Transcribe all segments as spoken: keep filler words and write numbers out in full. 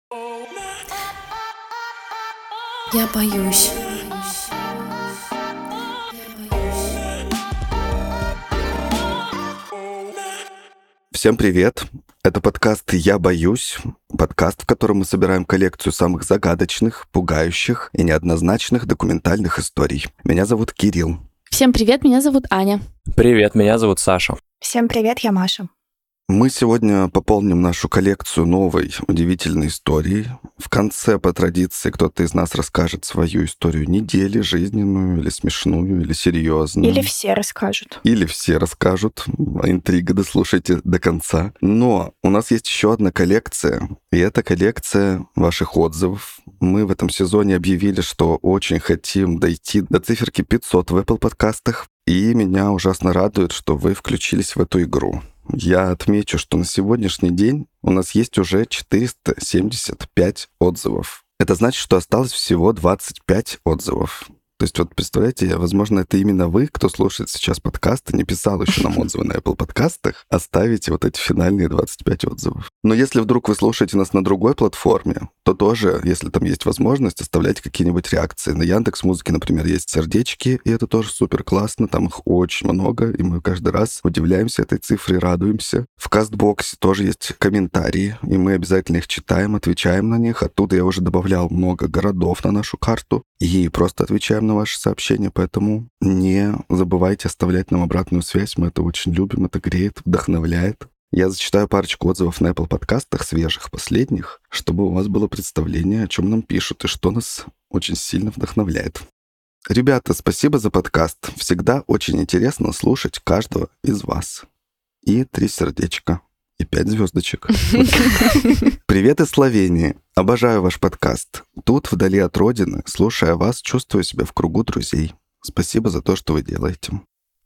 Я боюсь. Всем привет! Это подкаст «Я боюсь», подкаст, в котором мы собираем коллекцию самых загадочных, пугающих и неоднозначных документальных историй. Меня зовут Кирилл. Всем привет, меня зовут Аня. Привет, меня зовут Саша. Всем привет, я Маша. Мы сегодня пополним нашу коллекцию новой удивительной историей. В конце, по традиции, кто-то из нас расскажет свою историю недели, жизненную, или смешную, или серьезную. Или все расскажут. Или все расскажут. Интрига, дослушайте до конца. Но у нас есть еще одна коллекция, и это коллекция ваших отзывов. Мы в этом сезоне объявили, что очень хотим дойти до циферки пятьсот в Apple подкастах, и меня ужасно радует, что вы включились в эту игру. Я отмечу, что на сегодняшний день у нас есть уже четыреста семьдесят пять отзывов. Это значит, что осталось всего двадцать пять отзывов. То есть вот представляете, возможно, это именно вы, кто слушает сейчас подкасты, не писал еще нам отзывы на Apple подкастах, оставите вот эти финальные двадцать пять отзывов. Но если вдруг вы слушаете нас на другой платформе, то тоже, если там есть возможность, оставляйте какие-нибудь реакции. На Яндекс.Музыке, например, есть сердечки, и это тоже супер классно, там их очень много, и мы каждый раз удивляемся этой цифре, радуемся. В Кастбоксе тоже есть комментарии, и мы обязательно их читаем, отвечаем на них. Оттуда я уже добавлял много городов на нашу карту, и просто отвечаем на ваши сообщения, поэтому не забывайте оставлять нам обратную связь, мы это очень любим, это греет, вдохновляет. Я зачитаю парочку отзывов на Apple подкастах, свежих, последних, чтобы у вас было представление, о чем нам пишут и что нас очень сильно вдохновляет. Ребята, спасибо за подкаст. Всегда очень интересно слушать каждого из вас. И три сердечка. И пять звездочек. Привет из Словении. Обожаю ваш подкаст. Тут, вдали от родины, слушая вас, чувствую себя в кругу друзей. Спасибо за то, что вы делаете.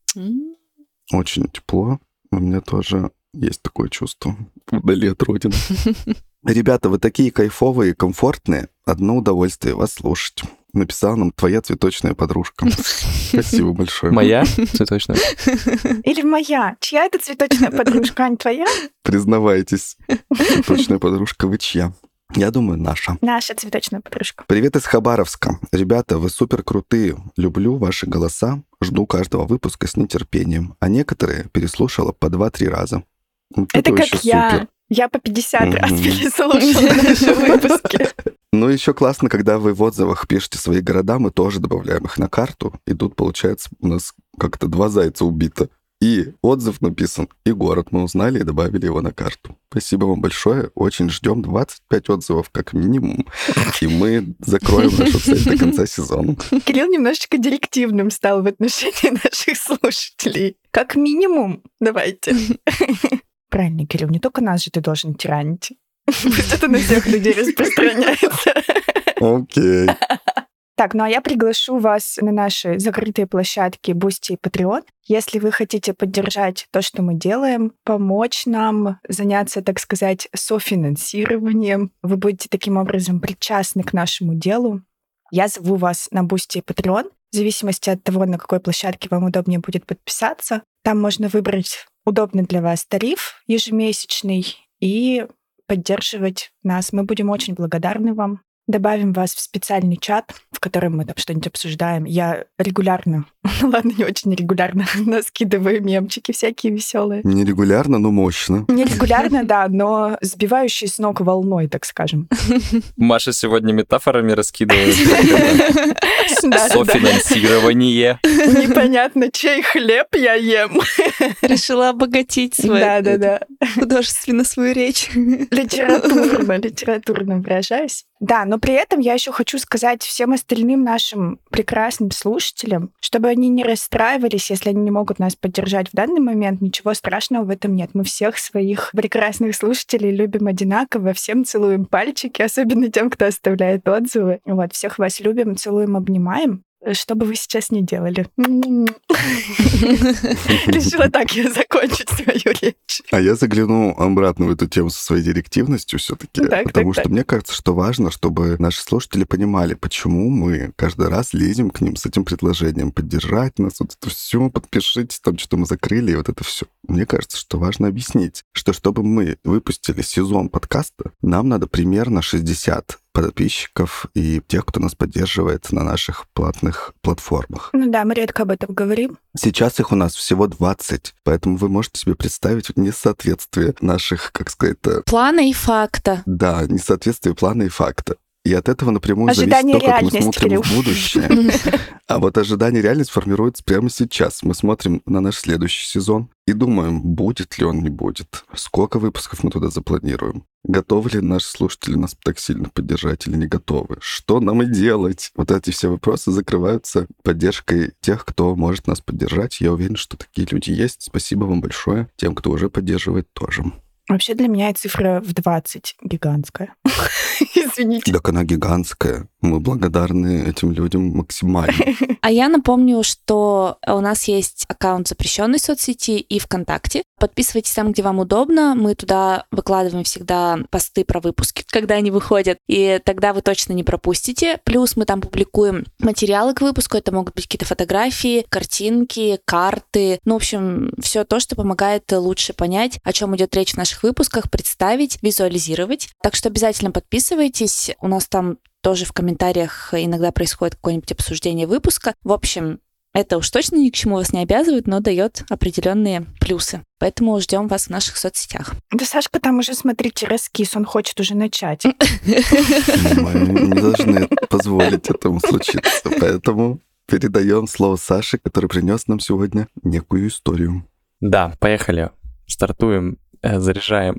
Очень тепло. У меня тоже есть такое чувство. Вдали от родины. Ребята, вы такие кайфовые и комфортные. Одно удовольствие вас слушать. Написала нам твоя цветочная подружка. Спасибо большое. Моя цветочная? Или моя? Чья это цветочная подружка? Ань, твоя? Признавайтесь. Цветочная подружка, вы чья? Я думаю, наша. Наша цветочная подружка. Привет из Хабаровска. Ребята, вы супер крутые. Люблю ваши голоса. Жду каждого выпуска с нетерпением. А некоторые переслушала по два-три раза. Вот это как я. Супер. Я по пятьдесят раз переслушала наши выпуски. Ну, еще классно, когда вы в отзывах пишете свои города, мы тоже добавляем их на карту. И тут, получается, у нас как-то два зайца убито. И отзыв написан, и город мы узнали и добавили его на карту. Спасибо вам большое. Очень ждем двадцать пять отзывов как минимум. И мы закроем нашу цель до конца сезона. Кирилл немножечко директивным стал в отношении наших слушателей. Как минимум. Давайте. Правильно, Кирилл, не только нас же ты должен тиранить. Пусть это на всех людей распространяется. Окей. Так, ну а я приглашу вас на наши закрытые площадки Boosty и Patreon. Если вы хотите поддержать то, что мы делаем, помочь нам заняться, так сказать, софинансированием, вы будете таким образом причастны к нашему делу. Я зову вас на Boosty и Patreon. В зависимости от того, на какой площадке вам удобнее будет подписаться. Там можно выбрать удобный для вас тариф ежемесячный и поддерживать нас. Мы будем очень благодарны вам. Добавим вас в специальный чат, в котором мы там что-нибудь обсуждаем. Я регулярно, ну ладно, не очень регулярно, но скидываю мемчики всякие веселые. Нерегулярно, но мощно. Нерегулярно, да, но сбивающие с ног волной, так скажем. Маша сегодня метафорами раскидывает. Софинансирование. Непонятно, чей хлеб я ем. Решила обогатить свою Да-да-да. художественно свою речь. Литературно, литературно выражаюсь. Да, но при этом я еще хочу сказать всем остальным нашим прекрасным слушателям, чтобы они не расстраивались, если они не могут нас поддержать в данный момент. Ничего страшного в этом нет. Мы всех своих прекрасных слушателей любим одинаково, всем целуем пальчики, особенно тем, кто оставляет отзывы. Вот, всех вас любим, целуем, обнимаем. Что бы вы сейчас не делали? Решила так я закончить свою речь. А я загляну обратно в эту тему со своей директивностью все-таки, Так, потому так, что так. мне кажется, что важно, чтобы наши слушатели понимали, почему мы каждый раз лезем к ним с этим предложением поддержать нас, вот это все, подпишитесь, там что-то мы закрыли, и вот это все. Мне кажется, что важно объяснить, что чтобы мы выпустили сезон подкаста, нам надо примерно шестьдесят подписчиков и тех, кто нас поддерживает на наших платных платформах. Ну да, мы редко об этом говорим. Сейчас их у нас всего двадцать, поэтому вы можете себе представить несоответствие наших, как сказать, Плана и факта. да, несоответствие плана и факта. И от этого напрямую Ожидание зависит то, как мы реальность, смотрим Кирилл. в будущее. А вот ожидание реальность формируется прямо сейчас. Мы смотрим на наш следующий сезон и думаем, будет ли он, не будет. Сколько выпусков мы туда запланируем. Готовы ли наши слушатели нас так сильно поддержать или не готовы? Что нам и делать? Вот эти все вопросы закрываются поддержкой тех, кто может нас поддержать. Я уверен, что такие люди есть. Спасибо вам большое. Тем, кто уже поддерживает, тоже. Вообще для меня цифра в двадцать гигантская. Извините. Так она гигантская. Мы благодарны этим людям максимально. А я напомню, что у нас есть аккаунт запрещенной соцсети и ВКонтакте. Подписывайтесь там, где вам удобно. Мы туда выкладываем всегда посты про выпуски, когда они выходят, и тогда вы точно не пропустите. Плюс мы там публикуем материалы к выпуску. Это могут быть какие-то фотографии, картинки, карты. Ну, в общем, все то, что помогает лучше понять, о чем идет речь в наших выпусках, представить, визуализировать. Так что обязательно подписывайтесь. У нас там тоже в комментариях иногда происходит какое-нибудь обсуждение выпуска. В общем, это уж точно ни к чему вас не обязывает, но дает определенные плюсы. Поэтому ждем вас в наших соцсетях. Да Сашка там уже, смотрите, раскис, он хочет уже начать. Мы не должны позволить этому случиться. Поэтому передаем слово Саше, который принес нам сегодня некую историю. Да, поехали. Стартуем, э, заряжаем.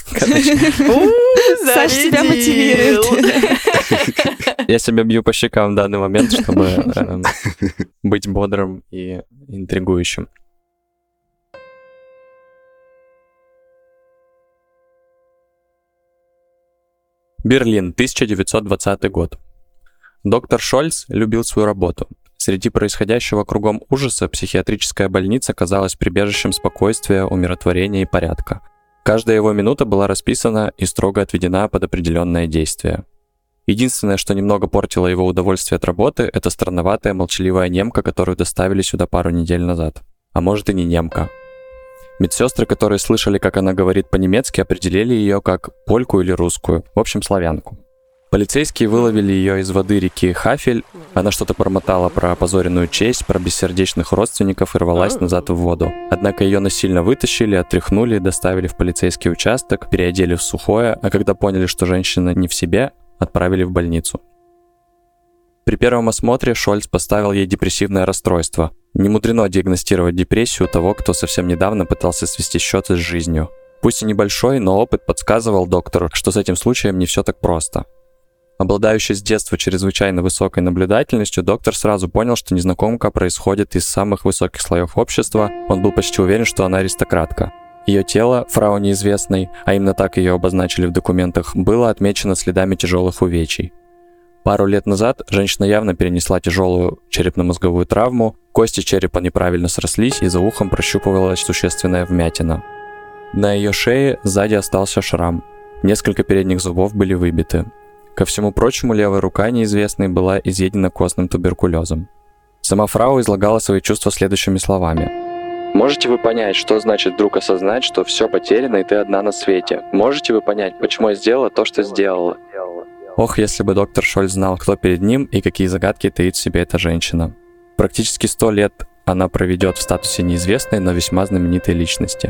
Саша себя мотивирует. Я себя бью по щекам в данный момент, чтобы э, быть бодрым и интригующим. Берлин, тысяча девятьсот двадцатый год. Доктор Шольц любил свою работу. Среди происходящего кругом ужаса психиатрическая больница казалась прибежищем спокойствия, умиротворения и порядка. Каждая его минута была расписана и строго отведена под определенное действие. Единственное, что немного портило его удовольствие от работы, это странноватая молчаливая немка, которую доставили сюда пару недель назад. А может и не немка. Медсестры, которые слышали, как она говорит по-немецки, определили ее как польку или русскую, в общем, славянку. Полицейские выловили ее из воды реки Хафель, она что-то бормотала про опозоренную честь, про бессердечных родственников и рвалась назад в воду. Однако ее насильно вытащили, отряхнули, доставили в полицейский участок, переодели в сухое, а когда поняли, что женщина не в себе, отправили в больницу. При первом осмотре Шольц поставил ей депрессивное расстройство. Не мудрено диагностировать депрессию того, кто совсем недавно пытался свести счеты с жизнью. Пусть и небольшой, но опыт подсказывал доктору, что с этим случаем не все так просто. Обладающий с детства чрезвычайно высокой наблюдательностью, доктор сразу понял, что незнакомка происходит из самых высоких слоев общества. Он был почти уверен, что она аристократка. Ее тело, фрау неизвестной, а именно так ее обозначили в документах, было отмечено следами тяжелых увечий. Пару лет назад женщина явно перенесла тяжелую черепно-мозговую травму, кости черепа неправильно срослись, и за ухом прощупывалась существенная вмятина. На ее шее сзади остался шрам. Несколько передних зубов были выбиты. Ко всему прочему, левая рука неизвестной была изъедена костным туберкулезом. Сама фрау излагала свои чувства следующими словами. «Можете вы понять, что значит вдруг осознать, что все потеряно и ты одна на свете? Можете вы понять, почему я сделала то, что сделала?» Ох, если бы доктор Шольц знал, кто перед ним и какие загадки таит в себе эта женщина. Практически сто лет она проведет в статусе неизвестной, но весьма знаменитой личности.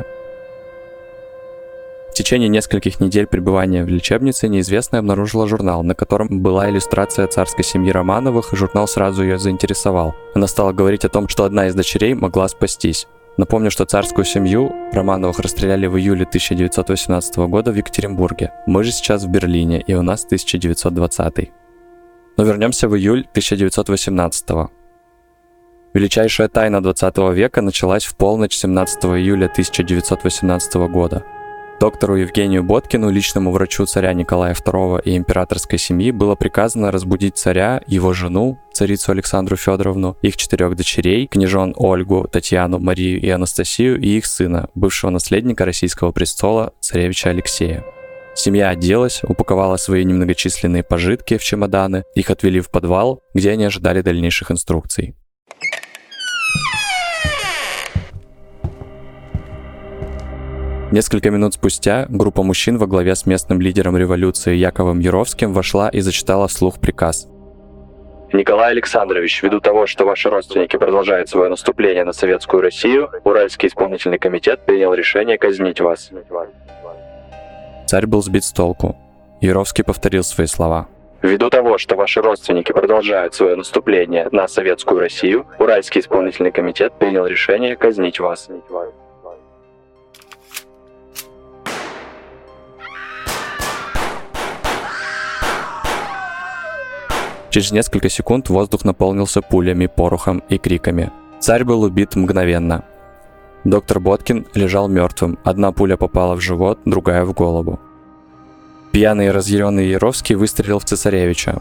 В течение нескольких недель пребывания в лечебнице неизвестная обнаружила журнал, на котором была иллюстрация царской семьи Романовых, и журнал сразу ее заинтересовал. Она стала говорить о том, что одна из дочерей могла спастись. Напомню, что царскую семью Романовых расстреляли в июле тысяча девятьсот восемнадцатого года в Екатеринбурге. Мы же сейчас в Берлине, и у нас тысяча девятьсот двадцатый. Но вернемся в июль тысяча девятьсот восемнадцатого. Величайшая тайна двадцатого века началась в полночь семнадцатого июля тысяча девятьсот восемнадцатого года. Доктору Евгению Боткину, личному врачу царя Николая второго и императорской семьи, было приказано разбудить царя, его жену, царицу Александру Федоровну, их четырех дочерей, княжон Ольгу, Татьяну, Марию и Анастасию, и их сына, бывшего наследника российского престола, царевича Алексея. Семья оделась, упаковала свои немногочисленные пожитки в чемоданы, их отвели в подвал, где они ожидали дальнейших инструкций. Несколько минут спустя группа мужчин во главе с местным лидером революции Яковом Яровским вошла и зачитала вслух приказ. Николай Александрович, ввиду того, что ваши родственники продолжают свое наступление на Советскую Россию, Уральский исполнительный комитет принял решение казнить вас. Царь был сбит с толку. Яровский повторил свои слова. Ввиду того, что ваши родственники продолжают свое наступление на Советскую Россию, Уральский исполнительный комитет принял решение казнить вас. Через несколько секунд воздух наполнился пулями, порохом и криками. Царь был убит мгновенно. Доктор Боткин лежал мертвым. Одна пуля попала в живот, другая в голову. Пьяный и разъяренный Яровский выстрелил в цесаревича.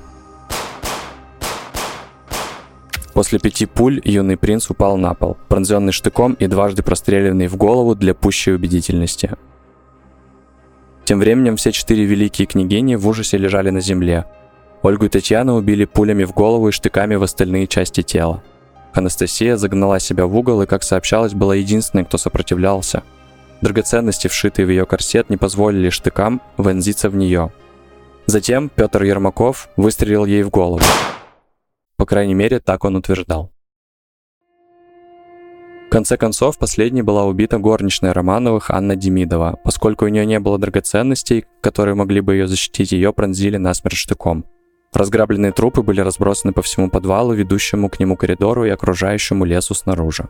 После пяти пуль юный принц упал на пол, пронзенный штыком и дважды простреленный в голову для пущей убедительности. Тем временем все четыре великие княгини в ужасе лежали на земле. Ольгу и Татьяну убили пулями в голову и штыками в остальные части тела. Анастасия загнала себя в угол и, как сообщалось, была единственной, кто сопротивлялся. Драгоценности, вшитые в ее корсет, не позволили штыкам вонзиться в нее. Затем Петр Ермаков выстрелил ей в голову. По крайней мере, так он утверждал. В конце концов, последней была убита горничная Романовых Анна Демидова. Поскольку у нее не было драгоценностей, которые могли бы ее защитить, ее пронзили насмерть штыком. Разграбленные трупы были разбросаны по всему подвалу, ведущему к нему коридору и окружающему лесу снаружи.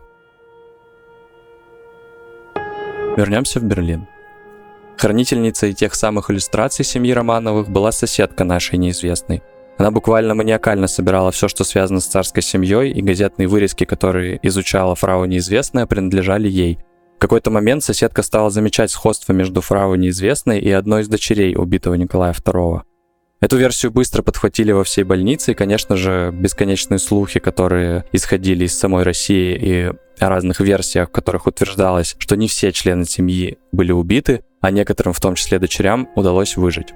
Вернемся в Берлин. Хранительницей тех самых иллюстраций семьи Романовых была соседка нашей неизвестной. Она буквально маниакально собирала все, что связано с царской семьей, и газетные вырезки, которые изучала фрау Неизвестная, принадлежали ей. В какой-то момент соседка стала замечать сходство между фрау Неизвестной и одной из дочерей убитого Николая второго. Эту версию быстро подхватили во всей больнице, и, конечно же, бесконечные слухи, которые исходили из самой России, и о разных версиях, в которых утверждалось, что не все члены семьи были убиты, а некоторым, в том числе дочерям, удалось выжить.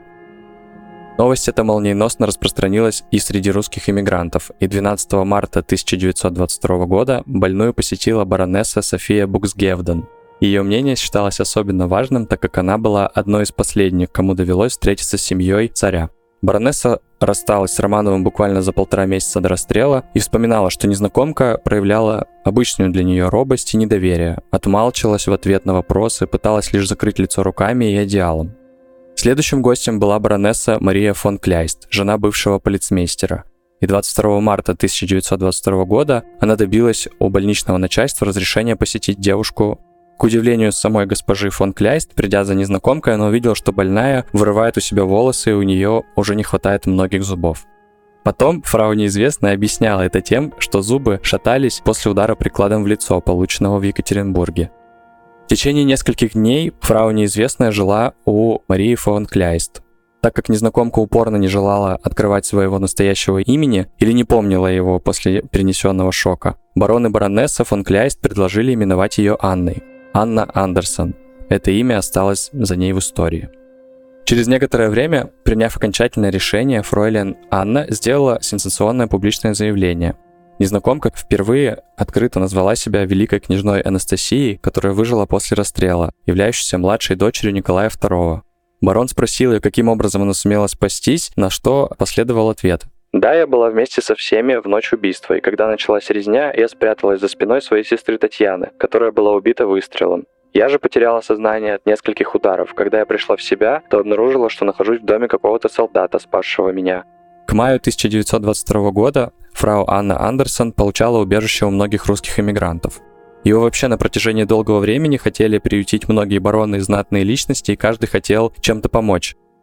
Новость эта молниеносно распространилась и среди русских эмигрантов, и двенадцатого марта тысяча девятьсот двадцать второго года больную посетила баронесса София Буксгевден. Ее мнение считалось особенно важным, так как она была одной из последних, кому довелось встретиться с семьей царя. Баронесса рассталась с Романовым буквально за полтора месяца до расстрела и вспоминала, что незнакомка проявляла обычную для нее робость и недоверие, отмалчивалась в ответ на вопросы, пыталась лишь закрыть лицо руками и одеялом. Следующим гостем была баронесса Мария фон Кляйст, жена бывшего полицмейстера. И двадцать второго марта тысяча девятьсот двадцать второго года она добилась у больничного начальства разрешения посетить девушку. К удивлению самой госпожи фон Кляйст, придя за незнакомкой, она увидела, что больная вырывает у себя волосы, и у нее уже не хватает многих зубов. Потом фрау Неизвестная объясняла это тем, что зубы шатались после удара прикладом в лицо, полученного в Екатеринбурге. В течение нескольких дней фрау Неизвестная жила у Марии фон Кляйст. Так как незнакомка упорно не желала открывать своего настоящего имени или не помнила его после перенесенного шока, барон и баронесса фон Кляйст предложили именовать ее Анной. Анна Андерсон. Это имя осталось за ней в истории. Через некоторое время, приняв окончательное решение, фройлен Анна сделала сенсационное публичное заявление. Незнакомка впервые открыто назвала себя великой княжной Анастасией, которая выжила после расстрела, являющейся младшей дочерью Николая второго. Барон спросил ее, каким образом она сумела спастись, на что последовал ответ. «Да, я была вместе со всеми в ночь убийства, и когда началась резня, я спряталась за спиной своей сестры Татьяны, которая была убита выстрелом. Я же потеряла сознание от нескольких ударов. Когда я пришла в себя, то обнаружила, что нахожусь в доме какого-то солдата, спасшего меня». К маю тысяча девятьсот двадцать второго года фрау Анна Андерсон получала убежище у многих русских эмигрантов. Ее вообще на протяжении долгого времени хотели приютить многие бароны и знатные личности, и каждый хотел чем-то помочь.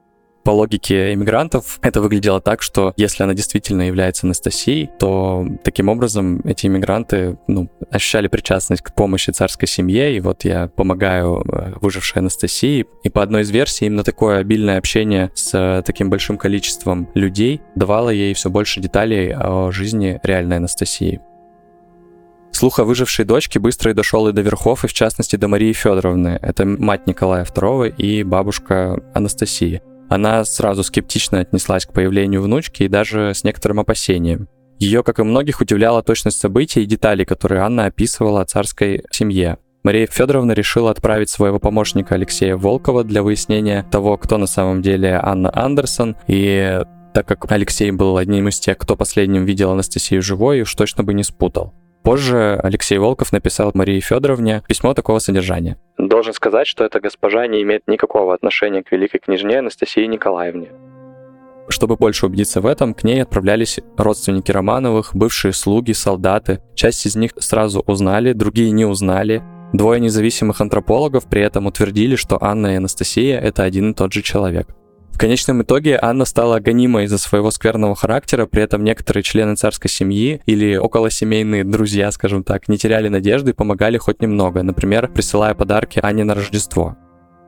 По логике иммигрантов это выглядело так, что если она действительно является Анастасией, то таким образом эти иммигранты ну, ощущали причастность к помощи царской семье, и вот я помогаю выжившей Анастасии. И по одной из версий именно такое обильное общение с таким большим количеством людей давало ей все больше деталей о жизни реальной Анастасии. Слух о выжившей дочке быстро и дошел и до верхов, и в частности до Марии Федоровны. Это мать Николая второго и бабушка Анастасии. Она сразу скептично отнеслась к появлению внучки и даже с некоторым опасением. Ее, как и многих, удивляла точность событий и деталей, которые Анна описывала о царской семье. Мария Федоровна решила отправить своего помощника Алексея Волкова для выяснения того, кто на самом деле Анна Андерсон, и так как Алексей был одним из тех, кто последним видел Анастасию живой, уж точно бы не спутал. Позже Алексей Волков написал Марии Федоровне письмо такого содержания. «Должен сказать, что эта госпожа не имеет никакого отношения к великой княжне Анастасии Николаевне». Чтобы больше убедиться в этом, к ней отправлялись родственники Романовых, бывшие слуги, солдаты. Часть из них сразу узнали, другие не узнали. Двое независимых антропологов при этом утвердили, что Анна и Анастасия — это один и тот же человек. В конечном итоге Анна стала гонимой из-за своего скверного характера, при этом некоторые члены царской семьи или околосемейные друзья, скажем так, не теряли надежды и помогали хоть немного, например, присылая подарки Анне на Рождество.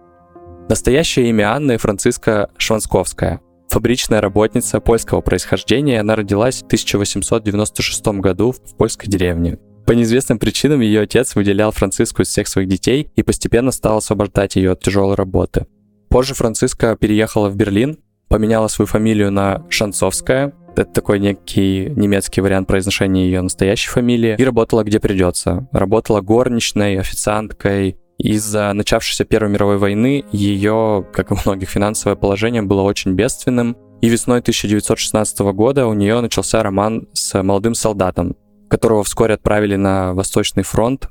Настоящее имя Анны — Франциска Шванцковская. Фабричная работница польского происхождения, она родилась в тысяча восемьсот девяносто шестом году в польской деревне. По неизвестным причинам ее отец выделял Франциску из всех своих детей и постепенно стал освобождать ее от тяжелой работы. Позже Франциска переехала в Берлин, поменяла свою фамилию на Шанцовская, это такой некий немецкий вариант произношения ее настоящей фамилии, и работала где придется. Работала горничной, официанткой. Из-за начавшейся Первой мировой войны ее, как и у многих, финансовое положение было очень бедственным, и весной тысяча девятьсот шестнадцатого года у нее начался роман с молодым солдатом, которого вскоре отправили на Восточный фронт.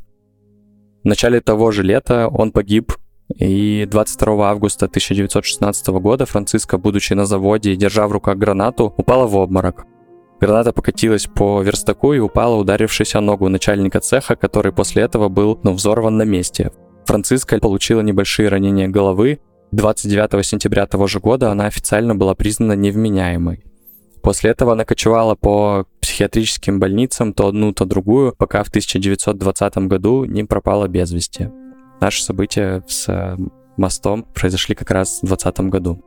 В начале того же лета он погиб. И двадцать второго августа тысяча девятьсот шестнадцатого года Франциска, будучи на заводе и держа в руках гранату, упала в обморок. Граната покатилась по верстаку и упала, ударившись о ногу начальника цеха, который после этого был ну, взорван на месте. Франциска получила небольшие ранения головы. двадцать девятого сентября того же года она официально была признана невменяемой. После этого она кочевала по психиатрическим больницам то одну, то другую, пока в тысяча девятьсот двадцатом году не пропала без вести. Наши события с мостом произошли как раз в двадцатом году.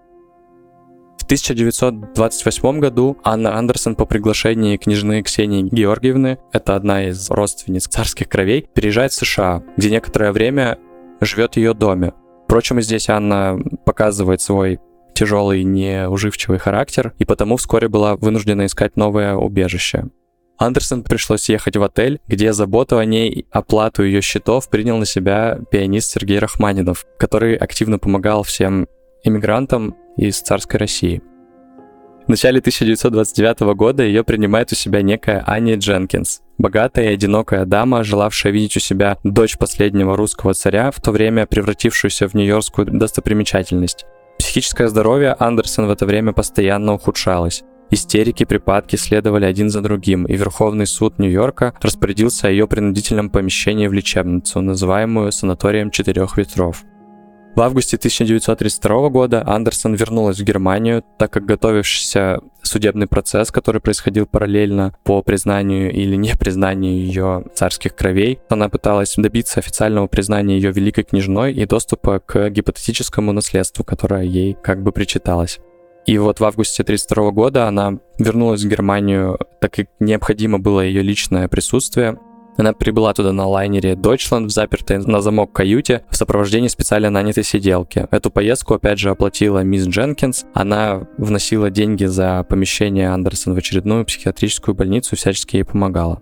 В тысяча девятьсот двадцать восьмом году Анна Андерсон по приглашению княжны Ксении Георгиевны, это одна из родственниц царских кровей, переезжает в США, где некоторое время живет в ее доме. Впрочем, и здесь Анна показывает свой тяжелый, неуживчивый характер, и потому вскоре была вынуждена искать новое убежище. Андерсон пришлось ехать в отель, где заботу о ней и оплату ее счетов принял на себя пианист Сергей Рахманинов, который активно помогал всем иммигрантам из царской России. В начале тысяча девятьсот двадцать девятого года ее принимает у себя некая Анни Дженкинс, богатая и одинокая дама, желавшая видеть у себя дочь последнего русского царя, в то время превратившуюся в нью-йоркскую достопримечательность. Психическое здоровье Андерсон в это время постоянно ухудшалось. Истерики, припадки следовали один за другим, и Верховный суд Нью-Йорка распорядился о ее принудительном помещении в лечебницу, называемую санаторием Четырех ветров. В августе тысяча девятьсот тридцать второго года Андерсон вернулась в Германию, так как готовившийся судебный процесс, который происходил параллельно по признанию или непризнанию ее царских кровей, она пыталась добиться официального признания ее великой княжной и доступа к гипотетическому наследству, которое ей как бы причиталось. И вот в августе тридцать второго года она вернулась в Германию, так как необходимо было ее личное присутствие. Она прибыла туда на лайнере Deutschland в запертой на замок каюте в сопровождении специально нанятой сиделки. Эту поездку, опять же, оплатила мисс Дженкинс. Она вносила деньги за помещение Андерсон в очередную психиатрическую больницу и всячески ей помогала.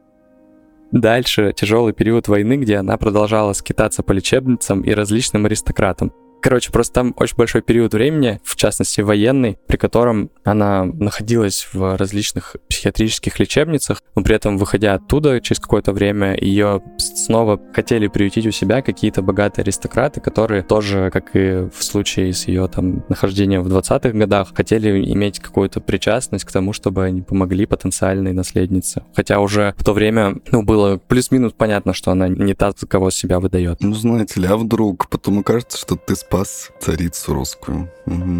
Дальше тяжелый период войны, где она продолжала скитаться по лечебницам и различным аристократам. Короче, просто там очень большой период времени, в частности военный, при котором она находилась в различных психиатрических лечебницах, но при этом, выходя оттуда через какое-то время, ее снова хотели приютить у себя какие-то богатые аристократы, которые тоже, как и в случае с ее там нахождением в двадцатых годах, хотели иметь какую-то причастность к тому, чтобы они помогли потенциальной наследнице. Хотя уже в то время, ну, было плюс-минус понятно, что она не та, за кого себя выдает. Ну, знаете ли, а вдруг? Потом окажется, что ты спас царицу русскую. Угу.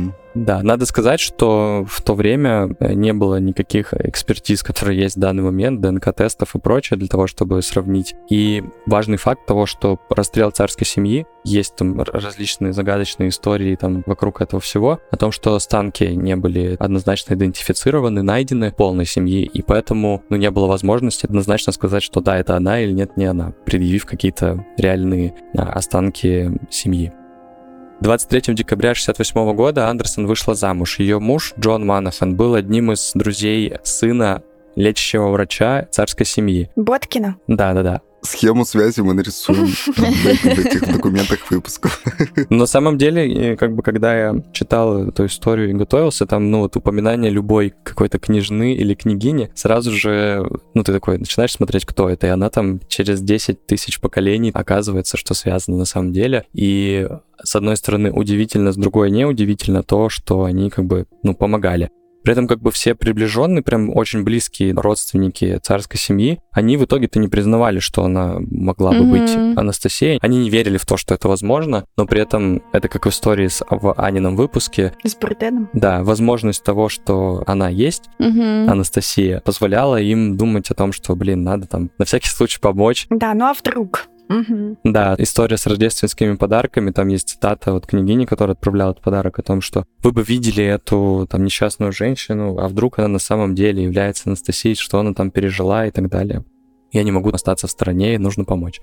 Да, надо сказать, что в то время не было никаких экспертиз, которые есть в данный момент, ДНК-тестов и прочее, для того, чтобы сравнить. И важный факт того, что расстрел царской семьи, есть там различные загадочные истории там вокруг этого всего, о том, что останки не были однозначно идентифицированы, найдены полной семьи, и поэтому ну, не было возможности однозначно сказать, что да, это она или нет, не она, предъявив какие-то реальные а, останки семьи. двадцать третьего декабря шестьдесят восьмого года Андерсон вышла замуж. Ее муж, Джон Манахан, был одним из друзей сына лечащего врача царской семьи. Боткина? Да-да-да. Схему связи мы нарисуем в этих документах выпусков. На самом деле, как бы, когда я читал эту историю и готовился, там, ну, вот упоминание любой какой-то книжны или княгини, сразу же, ну, ты такой начинаешь смотреть, кто это, и она там через десять тысяч поколений оказывается, что связано на самом деле. И, с одной стороны, удивительно, с другой неудивительно то, что они, как бы, ну, помогали. При этом как бы все приближенные, прям очень близкие родственники царской семьи, они в итоге-то не признавали, что она могла бы mm-hmm. быть Анастасией. Они не верили в то, что это возможно, но при этом это как в истории с, в Анином выпуске. С Бурденом? Да, возможность того, что она есть, mm-hmm. Анастасия, позволяла им думать о том, что, блин, надо там на всякий случай помочь. Да, ну а вдруг... Угу. Да, история с рождественскими подарками, там есть цитата от княгини, которая отправляла этот подарок, о том, что вы бы видели эту там несчастную женщину, а вдруг она на самом деле является Анастасией, что она там пережила и так далее. Я не могу остаться в стороне, и нужно помочь.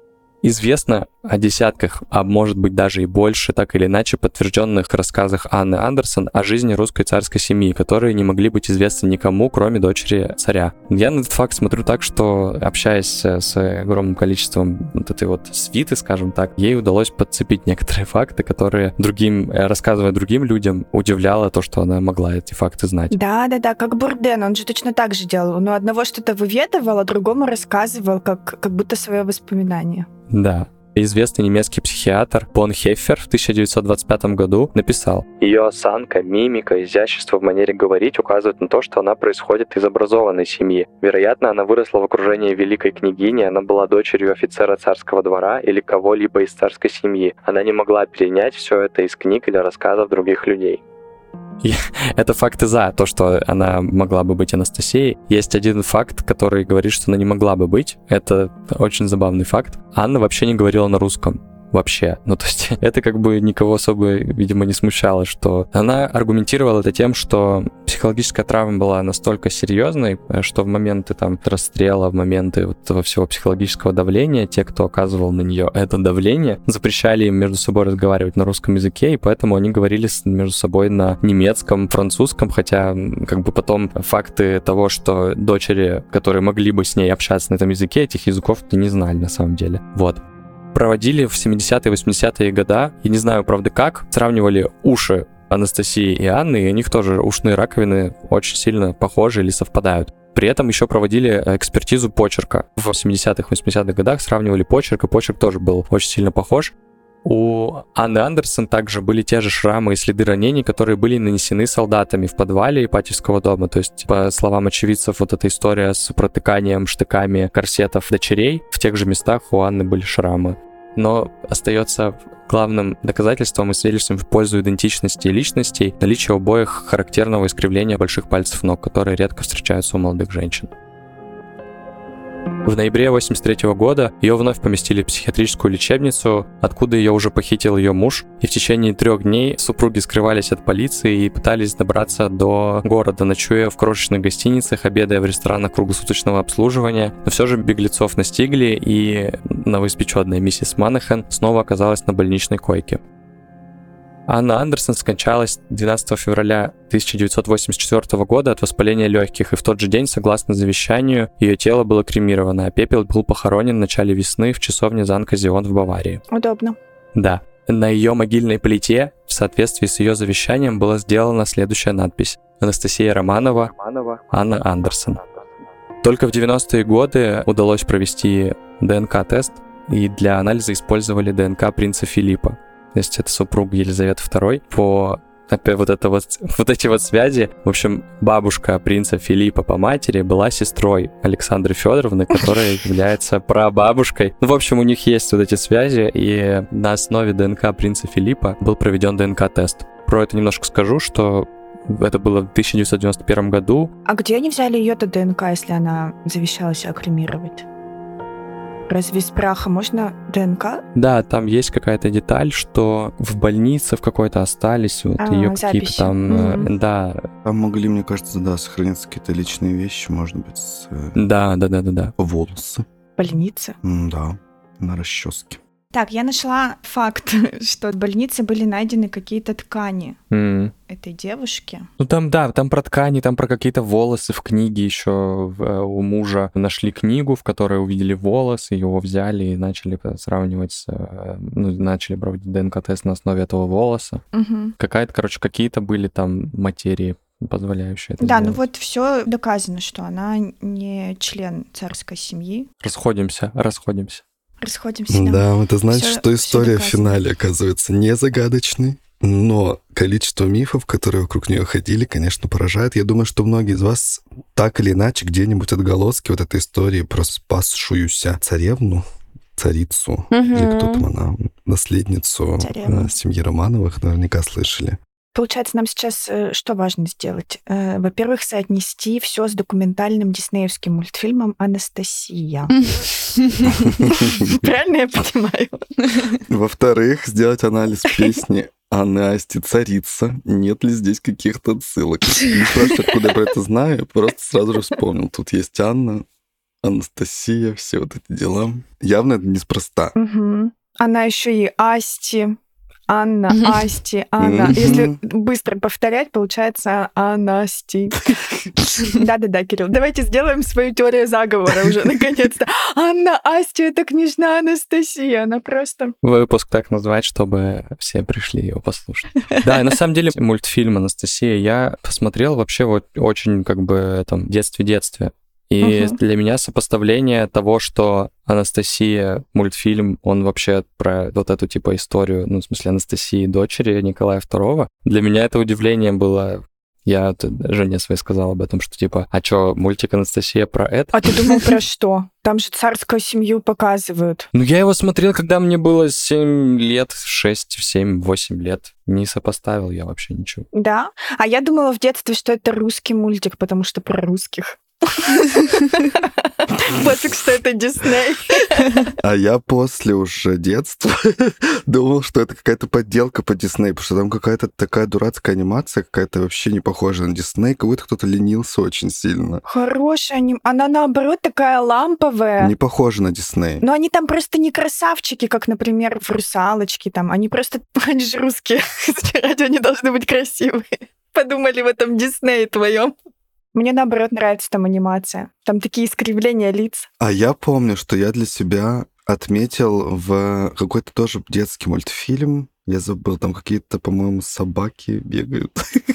Известно о десятках, а может быть даже и больше, так или иначе подтвержденных рассказах Анны Андерсон о жизни русской царской семьи, которые не могли быть известны никому, кроме дочери царя. Я на этот факт смотрю так, что, общаясь с огромным количеством вот этой вот свиты, скажем так, ей удалось подцепить некоторые факты, которые другим, рассказывая другим людям, удивляло то, что она могла эти факты знать. Да-да-да, как Бурден, он же точно так же делал. Он у одного что-то выведывал, а другому рассказывал, как, как будто свое воспоминание. Да. Известный немецкий психиатр Бон Хеффер в тысяча девятьсот двадцать пятом году написал: ее осанка, мимика, изящество в манере говорить указывают на то, что она происходит из образованной семьи. Вероятно, она выросла в окружении великой княгини, она была дочерью офицера царского двора или кого-либо из царской семьи. Она не могла перенять все это из книг или рассказов других людей. И это факты за то, что она могла бы быть Анастасией. Есть один факт, который говорит, что она не могла бы быть. Это очень забавный факт. Анна вообще не говорила на русском. Вообще. Ну, то есть это как бы никого особо, видимо, не смущало, что она аргументировала это тем, что психологическая травма была настолько серьезной, что в моменты там расстрела, в моменты вот этого всего психологического давления, те, кто оказывал на нее это давление, запрещали им между собой разговаривать на русском языке, и поэтому они говорили между собой на немецком, французском, хотя как бы потом факты того, что дочери, которые могли бы с ней общаться на этом языке, этих языков не знали на самом деле. Вот. Проводили в семидесятые, восьмидесятые года, я не знаю, правда, как, сравнивали уши Анастасии и Анны, и у них тоже ушные раковины очень сильно похожи или совпадают. При этом еще проводили экспертизу почерка. В семидесятых, восьмидесятых годах сравнивали почерк, и почерк тоже был очень сильно похож. У Анны Андерсон также были те же шрамы и следы ранений, которые были нанесены солдатами в подвале Ипатьевского дома. То есть, по словам очевидцев, вот эта история с протыканием штыками корсетов дочерей, в тех же местах у Анны были шрамы. Но остается главным доказательством и свидетельством в пользу идентичности личностей наличие у обоих характерного искривления больших пальцев ног, которые редко встречаются у молодых женщин. В ноябре восемьдесят третьего года ее вновь поместили в психиатрическую лечебницу, откуда ее уже похитил ее муж, и в течение трех дней супруги скрывались от полиции и пытались добраться до города, ночуя в крошечных гостиницах, обедая в ресторанах круглосуточного обслуживания, но все же беглецов настигли, и новоиспеченная миссис Манахан снова оказалась на больничной койке. Анна Андерсон скончалась двенадцатого февраля тысяча девятьсот восемьдесят четвёртого года от воспаления легких, и в тот же день, согласно завещанию, ее тело было кремировано, а пепел был похоронен в начале весны в часовне Занка-Зион в Баварии. Удобно. Да. На ее могильной плите, в соответствии с ее завещанием, была сделана следующая надпись: Анастасия Романова, Анна Андерсон. Только в девяностые годы удалось провести ДНК-тест, и для анализа использовали ДНК принца Филиппа. То есть это супруг Елизаветы второй. По опять вот, это вот, вот эти вот связи, в общем, бабушка принца Филиппа по матери была сестрой Александры Федоровны, которая является прабабушкой. Ну, в общем, у них есть вот эти связи, и на основе ДНК принца Филиппа был проведен ДНК-тест. про это немножко скажу, что это было в тысяча девятьсот девяносто первом году. А где они взяли ее-то ДНК, если она завещала себя кремировать? Разве из праха можно ДНК? Да, там есть какая-то деталь, что в больнице в какой-то остались вот А, ее какие-то записи. там, э, Мгм. да, Там могли, мне кажется, да, сохраниться какие-то личные вещи, может быть, с, э, да, да, да, да, да. волосы. Больница. М, Да, на расческе. Так, я нашла факт, что в больнице были найдены какие-то ткани М. этой девушки. Ну там, да, там про ткани, там про какие-то волосы в книге еще у мужа нашли книгу, в которой увидели волосы, его взяли и начали сравнивать, с, э, ну, начали проводить ДНК-тест на основе этого волоса. Мгм. Какая-то, короче, какие-то были там материи, позволяющие это Да, сделать. ну вот все доказано, что она не член царской семьи. Расходимся, расходимся. Расходимся. Да, это значит, Всё- что всё история в доказано. финале оказывается не загадочной, но количество мифов, которые вокруг нее ходили, конечно, поражает. Я думаю, что многие из вас так или иначе где-нибудь отголоски вот этой истории про спасшуюся царевну, царицу, Мгм. или кто там она, наследницу Царевну. э, семьи Романовых, наверняка слышали. Получается, нам сейчас э, что важно сделать? Э, Во-первых, соотнести все с документальным диснеевским мультфильмом «Анастасия». Правильно я понимаю? Во-вторых, сделать анализ песни о Насте «Царица». Нет ли здесь каких-то отсылок? Не спрашивайте, откуда я про это знаю, просто сразу же вспомнил. Тут есть Анна, Анастасия, все вот эти дела. Явно это неспроста. Мгм. Она еще и Асти. Анна, Мгм. Асти, Анна. Мгм. Если быстро повторять, получается Анасти. Да-да-да, Кирилл, давайте сделаем свою теорию заговора уже, наконец-то. Анна, Асти, это княжна Анастасия. Она просто... Выпуск так назвать, чтобы все пришли его послушать. Да, и на самом деле мультфильм «Анастасия» я посмотрел вообще вот очень как бы там детстве-детстве. И Мгм. для меня сопоставление того, что Анастасия, мультфильм, он вообще про вот эту типа историю, ну, в смысле, Анастасии, дочери Николая второго, для меня это удивление было. Я т- Жене своей сказал об этом, что типа, а чё, мультик «Анастасия» про это? А ты думал про что? Там же царскую семью показывают. Ну, я его смотрел, когда мне было семь лет, шесть, семь, восемь лет. Не сопоставил я вообще ничего. Да? А я думала в детстве, что это русский мультик, потому что про русских. Пофиг, что это Дисней. А я после уже детства думал, что это какая-то подделка по Дисней, потому что там какая-то такая дурацкая анимация, какая-то вообще не похожа на Дисней, как будто кто-то ленился очень сильно. Хорошая аним... Она, наоборот, такая ламповая. Не похожа на Дисней. Но они там просто не красавчики, как, например, в «Русалочке». Там. Они просто, они же русские. Ради они должны быть красивые. Подумали в этом Диснее твоем. Мне, наоборот, нравится там анимация. Там такие искривления лиц. А я помню, что я для себя отметил в какой-то тоже детский мультфильм. Я забыл, там какие-то, по-моему, собаки бегают.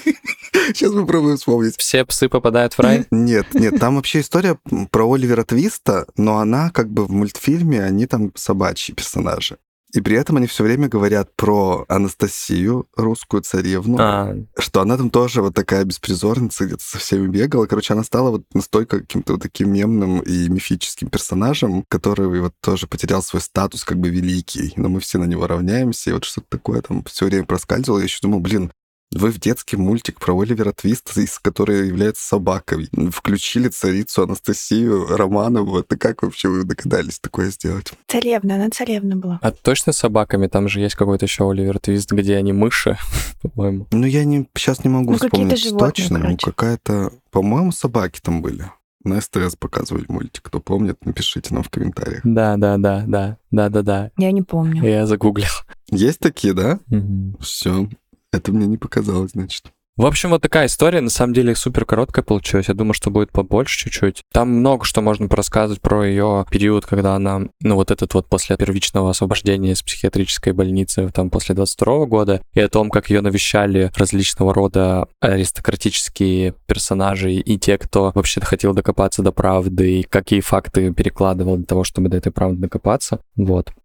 Сейчас попробую вспомнить. Все псы попадают в рай? Нет, нет, там вообще история про Оливера Твиста, но она как бы в мультфильме, они там собачьи персонажи. И при этом они все время говорят про Анастасию, русскую царевну, А, что она там тоже вот такая беспризорница, где-то со всеми бегала. Короче, она стала вот настолько каким-то вот таким мемным и мифическим персонажем, который вот тоже потерял свой статус как бы великий. Но мы все на него равняемся. И вот что-то такое там все время проскальзывало. Я еще думал, блин, вы в детский мультик про Оливера Твиста, из которой является собакой, включили царицу Анастасию Романову. Это как вообще вы догадались такое сделать? Царевна, она царевна была. а точно с собаками? Там же есть какой-то еще Оливер Твист, где они мыши, по-моему. Ну, я не, сейчас не могу Ну, какие-то вспомнить животные, точно, но короче. какая-то... По-моему, собаки там были. На СТС показывали мультик. Кто помнит, напишите нам в комментариях. Да, да, да, да, да, да, да. Я не помню. Я загуглил. Есть такие, да? Мгм. Все. Это мне не показалось, значит. В общем, вот такая история, на самом деле, супер короткая получилась. Я думаю, что будет побольше чуть-чуть. Там много что можно порассказывать про ее период, когда она, ну, вот этот вот после первичного освобождения из психиатрической больницы, там, после двадцать второго года, и о том, как ее навещали различного рода аристократические персонажи и те, кто вообще-то хотел докопаться до правды, и какие факты перекладывал для того, чтобы до этой правды докопаться. Вот.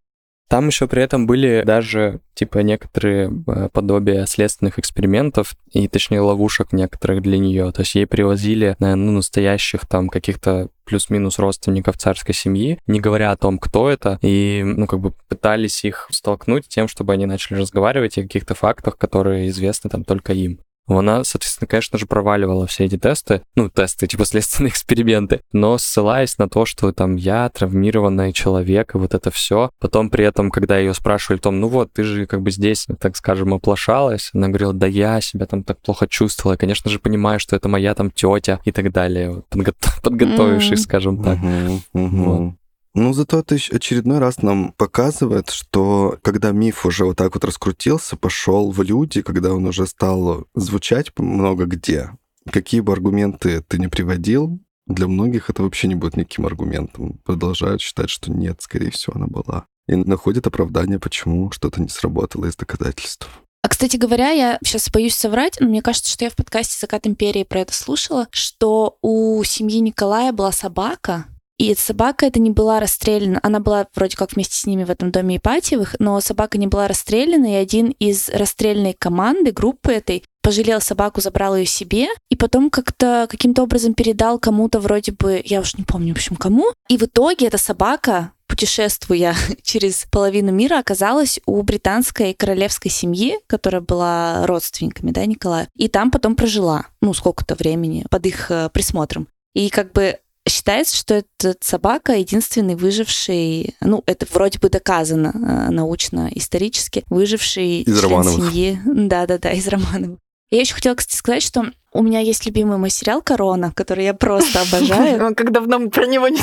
Там еще при этом были даже, типа, некоторые подобия следственных экспериментов, и, точнее, ловушек некоторых для нее. То есть ей привозили, наверное, ну, настоящих там каких-то плюс-минус родственников царской семьи, не говоря о том, кто это, и, ну, как бы пытались их столкнуть тем, чтобы они начали разговаривать о каких-то фактах, которые известны там только им. Она, соответственно, конечно же, проваливала все эти тесты, ну, тесты, типа следственные эксперименты, но ссылаясь на то, что там я травмированный человек, и вот это все. Потом при этом, когда ее спрашивали о том, ну вот, ты же как бы здесь, так скажем, оплошалась, она говорила, да я себя там так плохо чувствовала, я, конечно же, понимаю, что это моя там тетя и так далее, подго- подготовившись, mm-hmm. скажем так. Mm-hmm. Mm-hmm. Вот. Ну, зато это очередной раз нам показывает, что когда миф уже вот так вот раскрутился, пошел в люди, когда он уже стал звучать много где, какие бы аргументы ты ни приводил, для многих это вообще не будет никаким аргументом. Продолжают считать, что нет, скорее всего, она была. И находят оправдание, почему что-то не сработало из доказательств. А, кстати говоря, я сейчас боюсь соврать, но мне кажется, что я в подкасте «Закат империи» про это слушала, что у семьи Николая была собака, и собака эта не была расстреляна. Она была вроде как вместе с ними в этом доме Ипатьевых, но собака не была расстреляна, и один из расстрельной команды, группы этой, пожалел собаку, забрал ее себе, и потом как-то каким-то образом передал кому-то вроде бы, я уж не помню, в общем, кому. И в итоге эта собака, путешествуя через половину мира, оказалась у британской королевской семьи, которая была родственниками, да, Николая. И там потом прожила, ну, сколько-то времени под их присмотром. И как бы считается, что эта собака единственный выживший, ну, это вроде бы доказано научно-исторически, выживший из член Романовых. Семьи. Да-да-да, из Романовых. Я еще хотела, кстати, сказать, что у меня есть любимый мой сериал «Корона», который я просто обожаю. Как давно мы про него не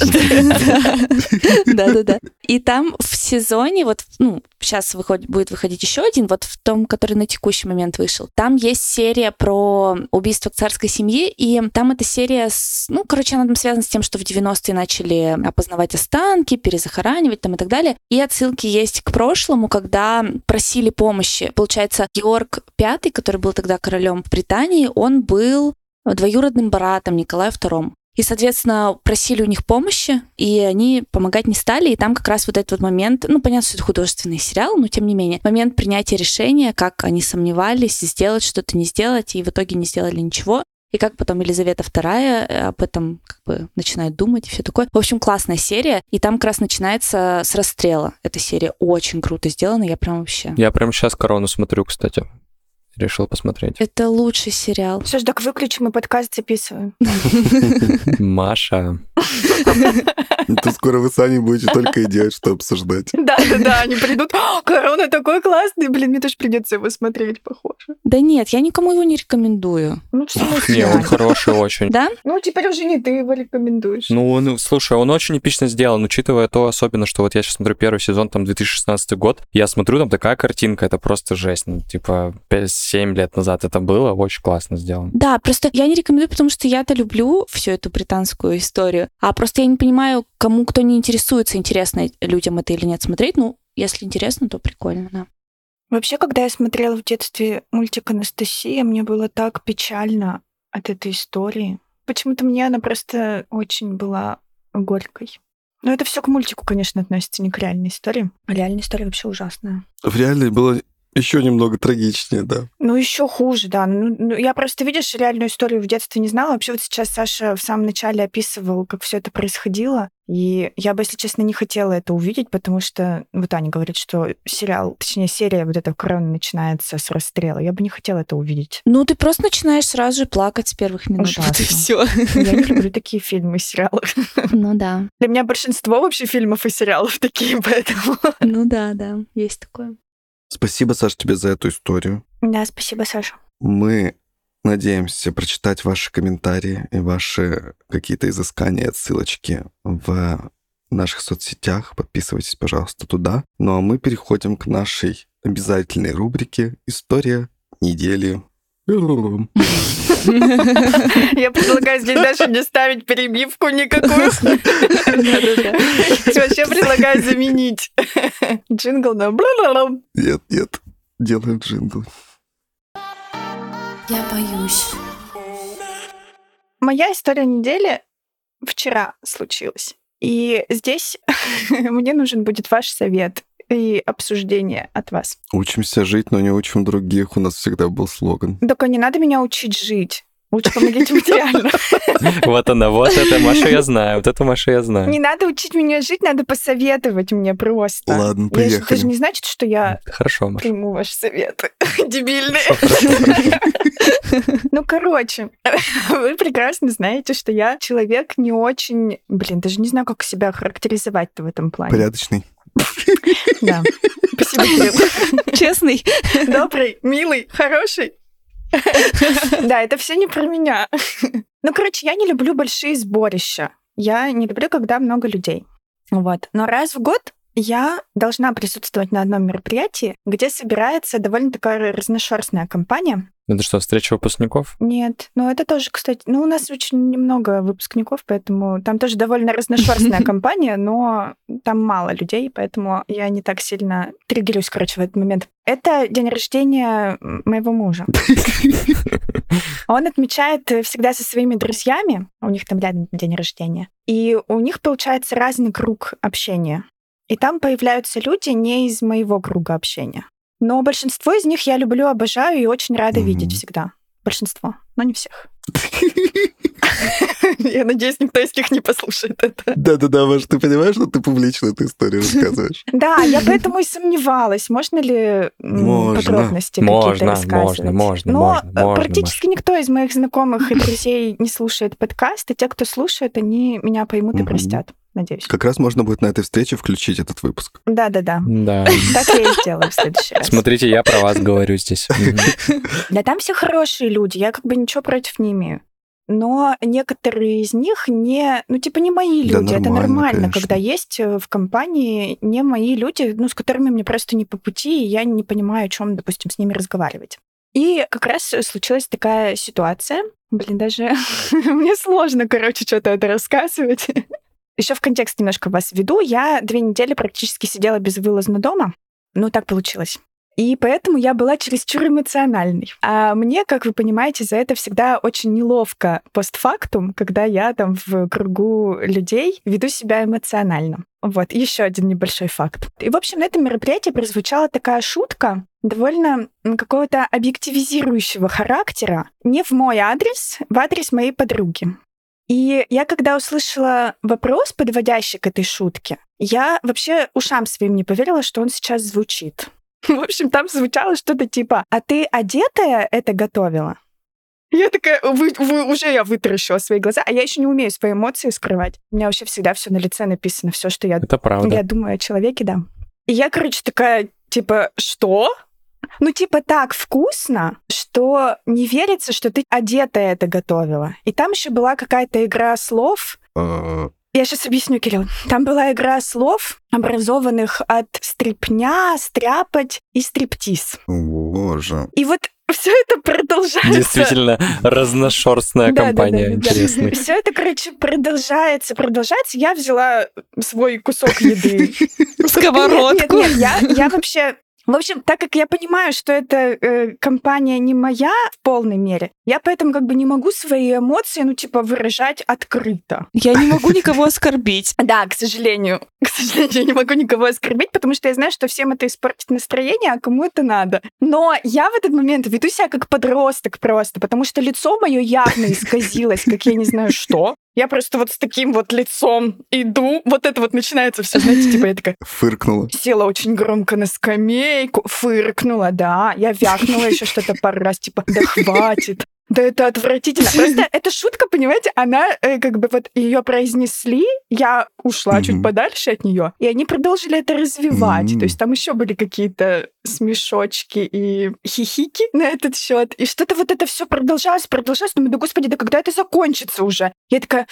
слышали. Да-да-да. И там в сезоне, вот, ну, сейчас выходит, будет выходить еще один, вот в том, который на текущий момент вышел. Там есть серия про убийство царской семьи, и там эта серия, с, ну, короче, она там связана с тем, что в девяностые начали опознавать останки, перезахоранивать там и так далее. И отсылки есть к прошлому, когда просили помощи. Получается, Георг Пятый, который был тогда королем Британии, он был двоюродным братом Николая Второму. И, соответственно, просили у них помощи, и они помогать не стали. И там как раз вот этот вот момент, ну, понятно, что это художественный сериал, но тем не менее, момент принятия решения, как они сомневались, сделать что-то, не сделать, и в итоге не сделали ничего. И как потом Елизавета Вторая об этом как бы начинает думать и все такое. В общем, классная серия. И там как раз начинается с расстрела. Эта серия очень круто сделана, я прям вообще... Я прям сейчас «Корону» смотрю, кстати. Решил посмотреть. Это лучший сериал. Слушай, так выключи, мы подкаст записываем. Маша. То скоро вы сами будете только и делать, что обсуждать. Да-да-да, они придут. «Корона» такой классный. Блин, мне тоже придется его смотреть, похоже. Да нет, я никому его не рекомендую. Ну, в смысле? Не, он хороший очень. Да? Ну, теперь уже не ты его рекомендуешь. Ну, он, слушай, он очень эпично сделан, учитывая то, особенно, что вот я сейчас смотрю первый сезон, там, две тысячи шестнадцатый год, я смотрю, там такая картинка, это просто жесть. Ну, типа, семь лет назад это было, очень классно сделано. Да, просто я не рекомендую, потому что я-то люблю всю эту британскую историю, а просто я не понимаю, кому кто не интересуется, интересно людям это или нет смотреть. Ну, если интересно, то прикольно, да. Вообще, когда я смотрела в детстве мультик «Анастасия», мне было так печально от этой истории. Почему-то мне она просто очень была горькой. Но это все к мультику, конечно, относится, не к реальной истории. А реальная история вообще ужасная. В реальной было еще немного трагичнее, да. Ну, еще хуже, да. Ну, ну, я просто, видишь, реальную историю в детстве не знала. Вообще вот сейчас Саша в самом начале описывал, как все это происходило. И я бы, если честно, не хотела это увидеть, потому что вот Аня говорит, что сериал, точнее, серия вот эта «Корона» начинается с расстрела. Я бы не хотела это увидеть. Ну, ты просто начинаешь сразу же плакать с первых минут. Ужасно. Вот и все. Я не люблю такие фильмы и сериалы. Ну да. Для меня большинство вообще фильмов и сериалов такие, поэтому... Ну да, да, есть такое. Спасибо, Саша, тебе за эту историю. Да, спасибо, Саша. Мы надеемся прочитать ваши комментарии и ваши какие-то изыскания и отсылочки в наших соцсетях. Подписывайтесь, пожалуйста, туда. Ну а мы переходим к нашей обязательной рубрике «История недели». Я предлагаю здесь даже не ставить перебивку никакую. Вообще предлагаю заменить джингл на... Нет, нет, делаем джингл. Я боюсь. Моя история недели вчера случилась. И здесь мне нужен будет ваш совет. и обсуждения от вас. Учимся жить, но не учим других. У нас всегда был слоган. Только не надо меня учить жить. Лучше помогите материально. Вот она, вот это Маша я знаю, вот это Маша я знаю. Не надо учить меня жить, надо посоветовать мне просто. Ладно, Я же- поехали. Это же не значит, что я Хорошо, Маша. приму ваши советы. Дебильные. Ну, короче, вы прекрасно знаете, что я человек не очень... Блин, даже не знаю, как себя характеризовать-то в этом плане. Порядочный. Да. Спасибо, Кирилл. Честный. Добрый, милый, хороший. Да, это все не про меня. Ну, короче, я не люблю большие сборища. Я не люблю, когда много людей. Вот. Но раз в год я должна присутствовать на одном мероприятии, где собирается довольно такая разношерстная компания. Это что, встреча выпускников? Нет, ну это тоже, кстати, ну у нас очень немного выпускников, поэтому там тоже довольно разношерстная компания, но там мало людей, поэтому я не так сильно триггерюсь, короче, в этот момент. Это день рождения моего мужа. Он отмечает всегда со своими друзьями, у них там рядом день рождения, и у них получается разный круг общения. И там появляются люди не из моего круга общения. Но большинство из них я люблю, обожаю и очень рада Мгм. видеть всегда. Большинство, но не всех. Я надеюсь, никто из них не послушает это. Да-да-да, Маш, ты понимаешь, что ты публично эту историю рассказываешь? Да, я поэтому и сомневалась, можно ли м, Можно. подробности Можно, какие-то рассказывать. можно, можно, Но можно, э, можно, практически никто из моих знакомых и друзей не слушает подкаст, и те, кто слушает, они меня поймут и Мгм. простят, надеюсь. Как раз можно будет на этой встрече включить этот выпуск. Да-да-да. Да. Так я и сделаю в следующий раз. Смотрите, я про вас говорю здесь. Мгм. Да там все хорошие люди, я как бы ничего против не имею. Но некоторые из них не, ну типа не мои Да, люди. Это нормально, нормально, конечно. когда есть э, в компании не мои люди, ну с которыми мне просто не по пути, и я не понимаю, о чем, допустим, с ними разговаривать. И как раз случилась такая ситуация. Блин, даже мне сложно, короче, что-то это рассказывать. Еще в контекст немножко вас введу. Я две недели практически сидела безвылазно дома. Ну, так получилось. И поэтому я была чересчур эмоциональной. А мне, как вы понимаете, за это всегда очень неловко постфактум, когда я там в кругу людей веду себя эмоционально. Вот, еще один небольшой факт. И, в общем, на этом мероприятии прозвучала такая шутка, довольно м, какого-то объективизирующего характера, не в мой адрес, в адрес моей подруги. И я, когда услышала вопрос, подводящий к этой шутке, я вообще ушам своим не поверила, что он сейчас звучит. В общем, там звучало что-то типа: «А ты одетая это готовила?» Я такая, вы, вы- уже я вытаращила свои глаза, а я еще не умею свои эмоции скрывать. У меня вообще всегда все на лице написано, все, что я, Это правда. я думаю о человеке, да. И я, короче, такая, типа, что? Ну, типа, так вкусно, что не верится, что ты одетая это готовила. И там еще была какая-то игра слов. А, Я сейчас объясню, Кирилл. Там была игра слов, образованных от стрипня, стряпать и стриптиз. Боже. И вот все это продолжается. Действительно разношерстная Да, да, компания да, да, да. интересных. Все это, короче, продолжается, продолжается. Я взяла свой кусок еды. Сковородку. Нет, нет, нет, я, я вообще... В общем, так как я понимаю, что эта э, компания не моя в полной мере, я поэтому как бы не могу свои эмоции, ну, типа, выражать открыто. Я не могу никого оскорбить. Да, к сожалению. К сожалению, я не могу никого оскорбить, потому что я знаю, что всем это испортит настроение, а кому это надо. Но я в этот момент веду себя как подросток просто, потому что лицо мое явно исказилось, как я не знаю что. Я просто вот с таким вот лицом иду, вот это вот начинается все, знаете, типа я такая Фыркнула. села очень громко на скамейку, фыркнула, да, я вякнула еще что-то пару раз, типа, да хватит. Да это отвратительно. Просто эта шутка, понимаете, она э, как бы вот ее произнесли, я ушла Мгм. чуть подальше от нее, и они продолжили это развивать. М. То есть там еще были какие-то смешочки и хихики на этот счет. И что-то вот это все продолжалось, продолжалось. Думаю, да господи, да когда это закончится уже? Я такая,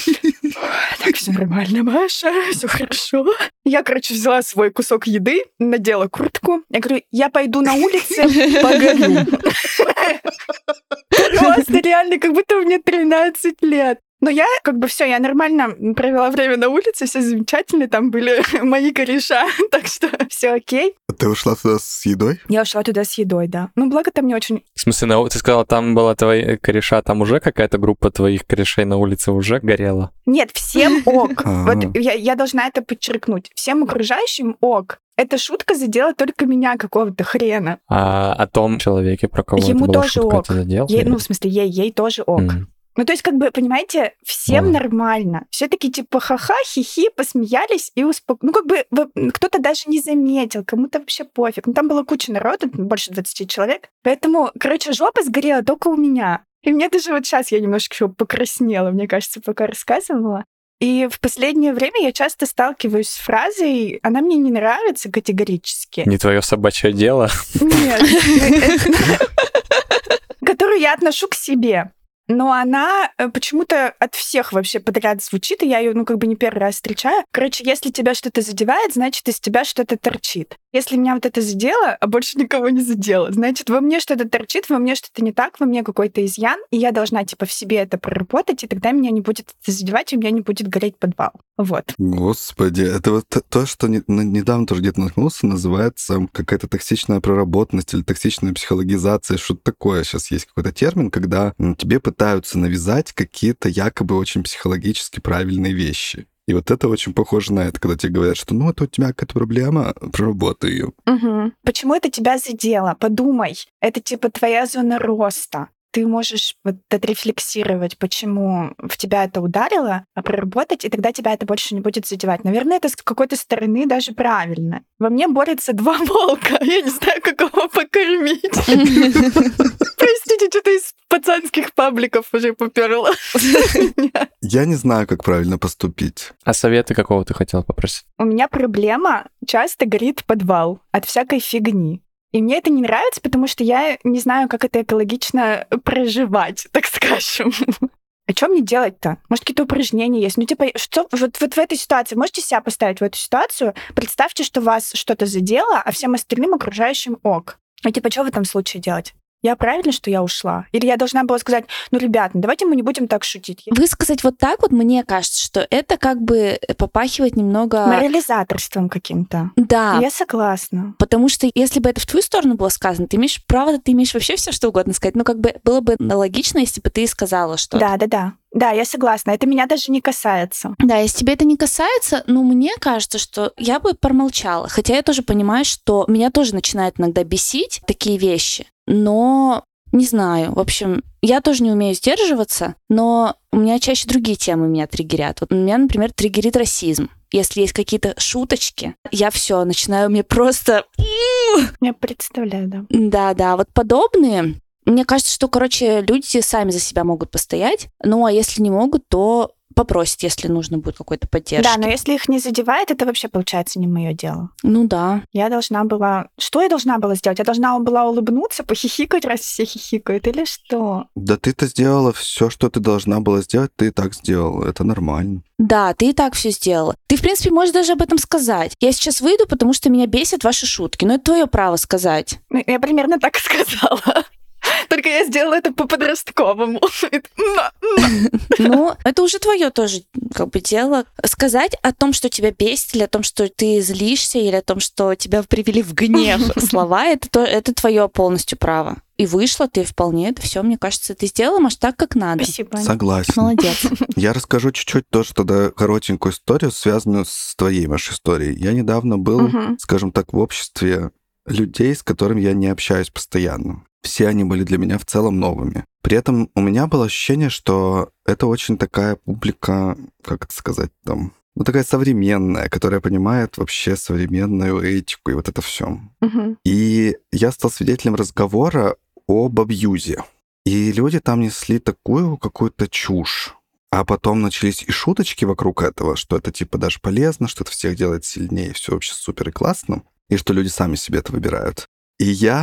так, все нормально, Маша, все хорошо. Я, короче, взяла свой кусок еды, надела куртку. Я говорю, я пойду на улице, погорю. Просто реально, как будто мне тринадцать лет. Но я как бы все, я нормально провела время на улице, все замечательно, там были мои кореша, так что все окей. Ты ушла туда с едой? Я ушла туда с едой, да. Ну, благо там не очень... В смысле, на- ты сказала, там была твои кореша, там уже какая-то группа твоих корешей на улице уже горела? Нет, всем ок. А. Вот я, я должна это подчеркнуть. Всем окружающим ок. Эта шутка задела только меня какого-то хрена. А о том человеке, про кого Ему это была тоже шутка, ок. это задел? Ей, ну, в смысле, ей, ей тоже ок. М. Ну, то есть, как бы, понимаете, всем Ладно. нормально. Все таки типа, ха-ха, хихи, посмеялись и успокоились. Ну, как бы, вы- кто-то даже не заметил, кому-то вообще пофиг. Ну, там была куча народу, больше двадцати человек. Поэтому, короче, жопа сгорела только у меня. И мне даже вот сейчас я немножко ещё покраснела, мне кажется, пока рассказывала. И в последнее время я часто сталкиваюсь с фразой, она мне не нравится категорически. Не твое собачье дело. Нет. Которую я отношу к себе. Но она э, почему-то от всех вообще подряд звучит, и я ее, ну, как бы не первый раз встречаю. Короче, если тебя что-то задевает, значит, из тебя что-то торчит. Если меня вот это задело, а больше никого не задело, значит, во мне что-то торчит, во мне что-то не так, во мне какой-то изъян, и я должна, типа, в себе это проработать, и тогда меня не будет это задевать, и у меня не будет гореть подвал. Вот. Господи, это вот т- то, что не- на- недавно тоже где-то наткнулся, называется какая-то токсичная проработанность или токсичная психологизация, что-то такое. Сейчас есть какой-то термин, когда м, тебе пытаются навязать какие-то якобы очень психологически правильные вещи. И вот это очень похоже на это, когда тебе говорят, что ну, это у тебя какая-то проблема, проработай ее. Мгм. Почему это тебя задело? Подумай. Это, типа, твоя зона роста. Ты можешь вот отрефлексировать, почему в тебя это ударило, а проработать, и тогда тебя это больше не будет задевать. Наверное, это с какой-то стороны даже правильно. Во мне борются два волка. Я не знаю, как его покормить. Простите, что-то из пацанских пабликов уже попёрло. Я не знаю, как правильно поступить. А советы какого ты хотела попросить? У меня проблема, часто горит подвал от всякой фигни. И мне это не нравится, потому что я не знаю, как это экологично проживать, так скажем. А что мне делать-то? Может, какие-то упражнения есть? Ну, типа, что вот, вот в этой ситуации, можете себя поставить в эту ситуацию? Представьте, что вас что-то задело, а всем остальным окружающим ок. А типа, что в этом случае делать? Я правильно, что я ушла? Или я должна была сказать, ну, ребят, ну, давайте мы не будем так шутить. Высказать вот так вот, мне кажется, что это как бы попахивает немного... Морализаторством каким-то. Да, Я согласна. потому что если бы это в твою сторону было сказано, ты имеешь право, ты имеешь вообще все что угодно сказать. Ну, как бы было бы логично, если бы ты сказала что-то. Да, да, да. Да, я согласна. Это меня даже не касается. Да, если тебе это не касается, ну, мне кажется, что я бы промолчала. Хотя я тоже понимаю, что меня тоже начинает иногда бесить такие вещи. Но не знаю. В общем, я тоже не умею сдерживаться, но у меня чаще другие темы меня триггерят. Вот меня, например, триггерит расизм. Если есть какие-то шуточки, я все начинаю, мне просто... Я представляю, да. Да-да, вот подобные... Мне кажется, что, короче, люди сами за себя могут постоять. Ну, а если не могут, то попросят, если нужно будет какой-то поддержки. Да, но если их не задевает, это вообще, получается, не мое дело. Ну да. Я должна была... Что я должна была сделать? Я должна была улыбнуться, похихикать, раз все хихикают, или что? Да ты-то сделала все, что ты должна была сделать, ты и так сделала. Это нормально. Да, ты и так все сделала. Ты, в принципе, можешь даже об этом сказать. Я сейчас выйду, потому что меня бесят ваши шутки. Но это твое право сказать. Ну, я примерно так и сказала. Только я сделала это по-подростковому. Ну, это уже твое тоже как бы дело. Сказать о том, что тебя бесит, или о том, что ты злишься, или о том, что тебя привели в гнев слова, это, то, это твое полностью право. И вышла ты вполне, это все, мне кажется, ты сделала, может, так, как надо. Спасибо. Аня. Согласен. Молодец. Я расскажу чуть-чуть тоже тогда коротенькую историю, связанную с твоей, Маш, историей. Я недавно был, Мгм. скажем так, в обществе людей, с которыми я не общаюсь постоянно. Все они были для меня в целом новыми. При этом у меня было ощущение, что это очень такая публика, как это сказать, там, ну, такая современная, которая понимает вообще современную этику и вот это все. Мгм. И я стал свидетелем разговора об абьюзе. И люди там несли такую какую-то чушь. А потом начались и шуточки вокруг этого, что это типа даже полезно, что это всех делает сильнее, все вообще супер и классно, и что люди сами себе это выбирают. И я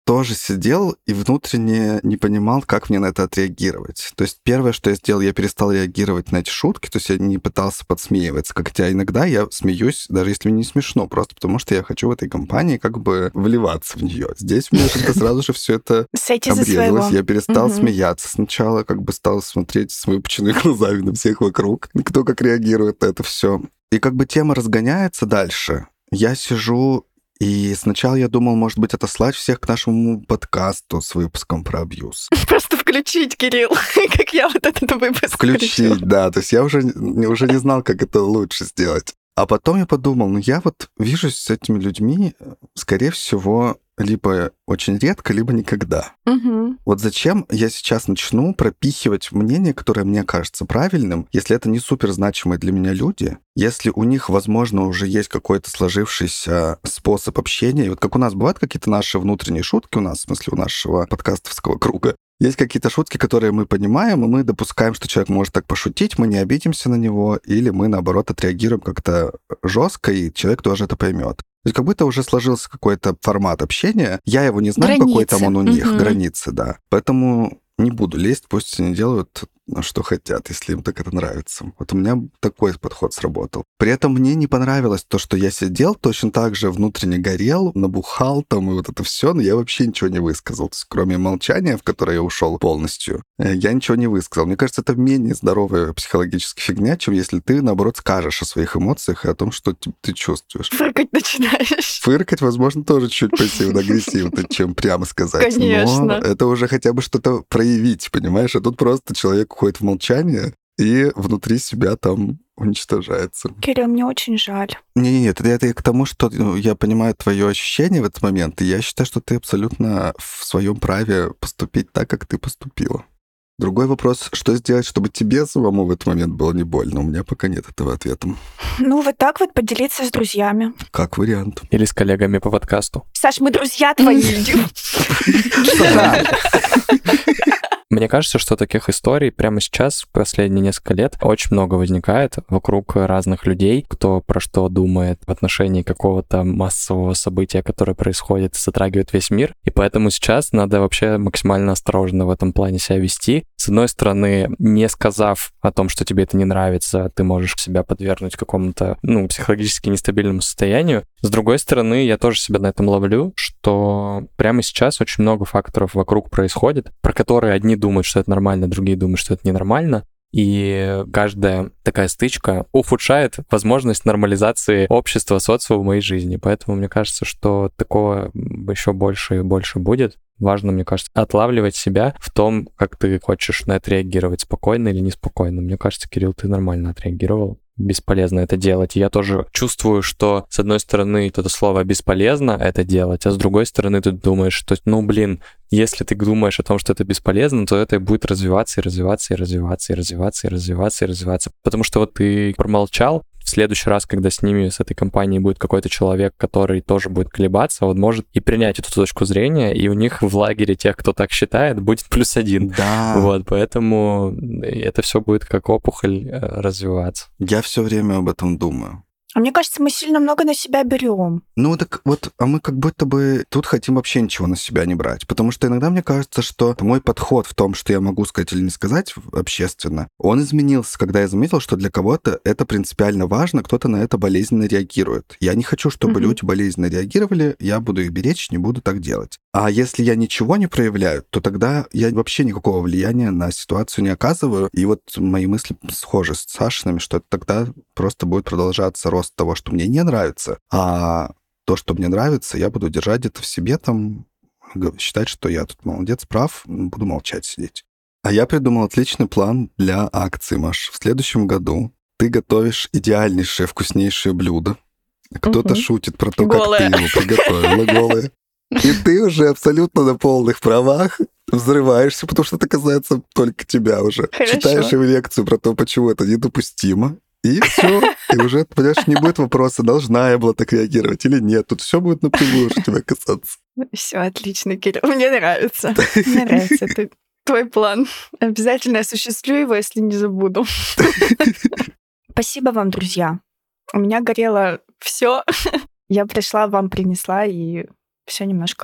тоже сидел и внутренне не понимал, как мне на это отреагировать. То есть первое, что я сделал, я перестал реагировать на эти шутки, то есть я не пытался подсмеиваться, хотя иногда я смеюсь, даже если мне не смешно, просто потому что я хочу в этой компании как бы вливаться в нее. Здесь у меня как-то сразу же все это обрезалось. Я перестал угу. смеяться. Сначала как бы стал смотреть с выпученными глазами на всех вокруг, кто как реагирует на это все. И как бы тема разгоняется дальше. Я сижу, и сначала я думал, может быть, отослать всех к нашему подкасту с выпуском про абьюз. Просто включить, Кирилл, как я вот этот выпуск Включить, включил. Да. То есть я уже, уже не знал, как это лучше сделать. А потом я подумал, ну я вот вижусь с этими людьми, скорее всего, либо очень редко, либо никогда. Угу. Вот зачем я сейчас начну пропихивать мнение, которое мне кажется правильным, если это не супер значимые для меня люди, если у них, возможно, уже есть какой-то сложившийся способ общения. И вот как у нас бывают какие-то наши внутренние шутки, у нас, в смысле, у нашего подкастовского круга, есть какие-то шутки, которые мы понимаем, и мы допускаем, что человек может так пошутить, мы не обидимся на него, или мы, наоборот, отреагируем как-то жестко, и человек тоже это поймет. То есть как будто уже сложился какой-то формат общения. Я его не знаю, границы. Какой там он у них, угу. границы, да. Поэтому не буду лезть, пусть они делают, что хотят, если им так это нравится. Вот у меня такой подход сработал. При этом мне не понравилось то, что я сидел, точно так же внутренне горел, набухал там, и вот это все, но я вообще ничего не высказал. То есть кроме молчания, в которое я ушел полностью, я ничего не высказал. Мне кажется, это менее здоровая психологическая фигня, чем если ты, наоборот, скажешь о своих эмоциях и о том, что ты чувствуешь. Фыркать начинаешь. Фыркать, возможно, тоже чуть пассивно-агрессивно, чем прямо сказать. Конечно. Но это уже хотя бы что-то проявить, понимаешь? А тут просто человек уходит в молчание и внутри себя там уничтожается. Кирилл, мне очень жаль. Не-не-не, это, это к тому, что ну, я понимаю твое ощущение в этот момент, и я считаю, что ты абсолютно в своем праве поступить так, как ты поступила. Другой вопрос, что сделать, чтобы тебе самому в этот момент было не больно? У меня пока нет этого ответа. Ну, вот так вот поделиться с друзьями. Как вариант. Или с коллегами по подкасту. Саш, мы друзья твои. Мне кажется, что таких историй прямо сейчас, в последние несколько лет, очень много возникает вокруг разных людей, кто про что думает в отношении какого-то массового события, которое происходит и затрагивает весь мир. И поэтому сейчас надо вообще максимально осторожно в этом плане себя вести. С одной стороны, не сказав о том, что тебе это не нравится, ты можешь себя подвергнуть какому-то, ну, психологически нестабильному состоянию. С другой стороны, я тоже себя на этом ловлю, что прямо сейчас очень много факторов вокруг происходит, про которые одни думают, что это нормально, другие думают, что это ненормально. И каждая такая стычка ухудшает возможность нормализации общества, социума в моей жизни. Поэтому мне кажется, что такого еще больше и больше будет. Важно, мне кажется, отлавливать себя в том, как ты хочешь на это реагировать, спокойно или неспокойно. Мне кажется, Кирилл, ты нормально отреагировал. Бесполезно это делать. И я тоже чувствую, что, с одной стороны, это слово «бесполезно» это делать, а с другой стороны, ты думаешь, что, ну, блин, если ты думаешь о том, что это бесполезно, то это будет развиваться и развиваться и развиваться и развиваться и развиваться и развиваться. Потому что вот ты промолчал, в следующий раз, когда с ними, с этой компанией будет какой-то человек, который тоже будет колебаться, он может и принять эту точку зрения, и у них в лагере тех, кто так считает, будет плюс один. Да. Вот, поэтому это все будет как опухоль развиваться. Я все время об этом думаю. А мне кажется, мы сильно много на себя берем. Ну так вот, а мы как будто бы тут хотим вообще ничего на себя не брать. Потому что иногда мне кажется, что мой подход в том, что я могу сказать или не сказать общественно, он изменился, когда я заметил, что для кого-то это принципиально важно, кто-то на это болезненно реагирует. Я не хочу, чтобы mm-hmm. люди болезненно реагировали, я буду их беречь, не буду так делать. А если я ничего не проявляю, то тогда я вообще никакого влияния на ситуацию не оказываю. И вот мои мысли схожи с Сашиными, что тогда просто будет продолжаться рост того, что мне не нравится, а то, что мне нравится, я буду держать где-то в себе, там, считать, что я тут молодец, прав, буду молчать, сидеть. А я придумал отличный план для акции, Маш. В следующем году ты готовишь идеальнейшее, вкуснейшее блюдо. Кто-то угу. шутит про то, голая. Как ты его приготовила, голая. И ты уже абсолютно на полных правах взрываешься, потому что это касается только тебя уже. Хорошо. Читаешь им лекцию про то, почему это недопустимо. И все, и уже, понимаешь, не будет вопроса, должна я была так реагировать или нет. Тут все будет напрямую уже тебя касаться. Все отлично, Кирилл. Мне нравится. Мне нравится. Это твой план. Обязательно осуществлю его, если не забуду. Спасибо вам, друзья. У меня горело все. Я пришла, вам принесла, и все немножко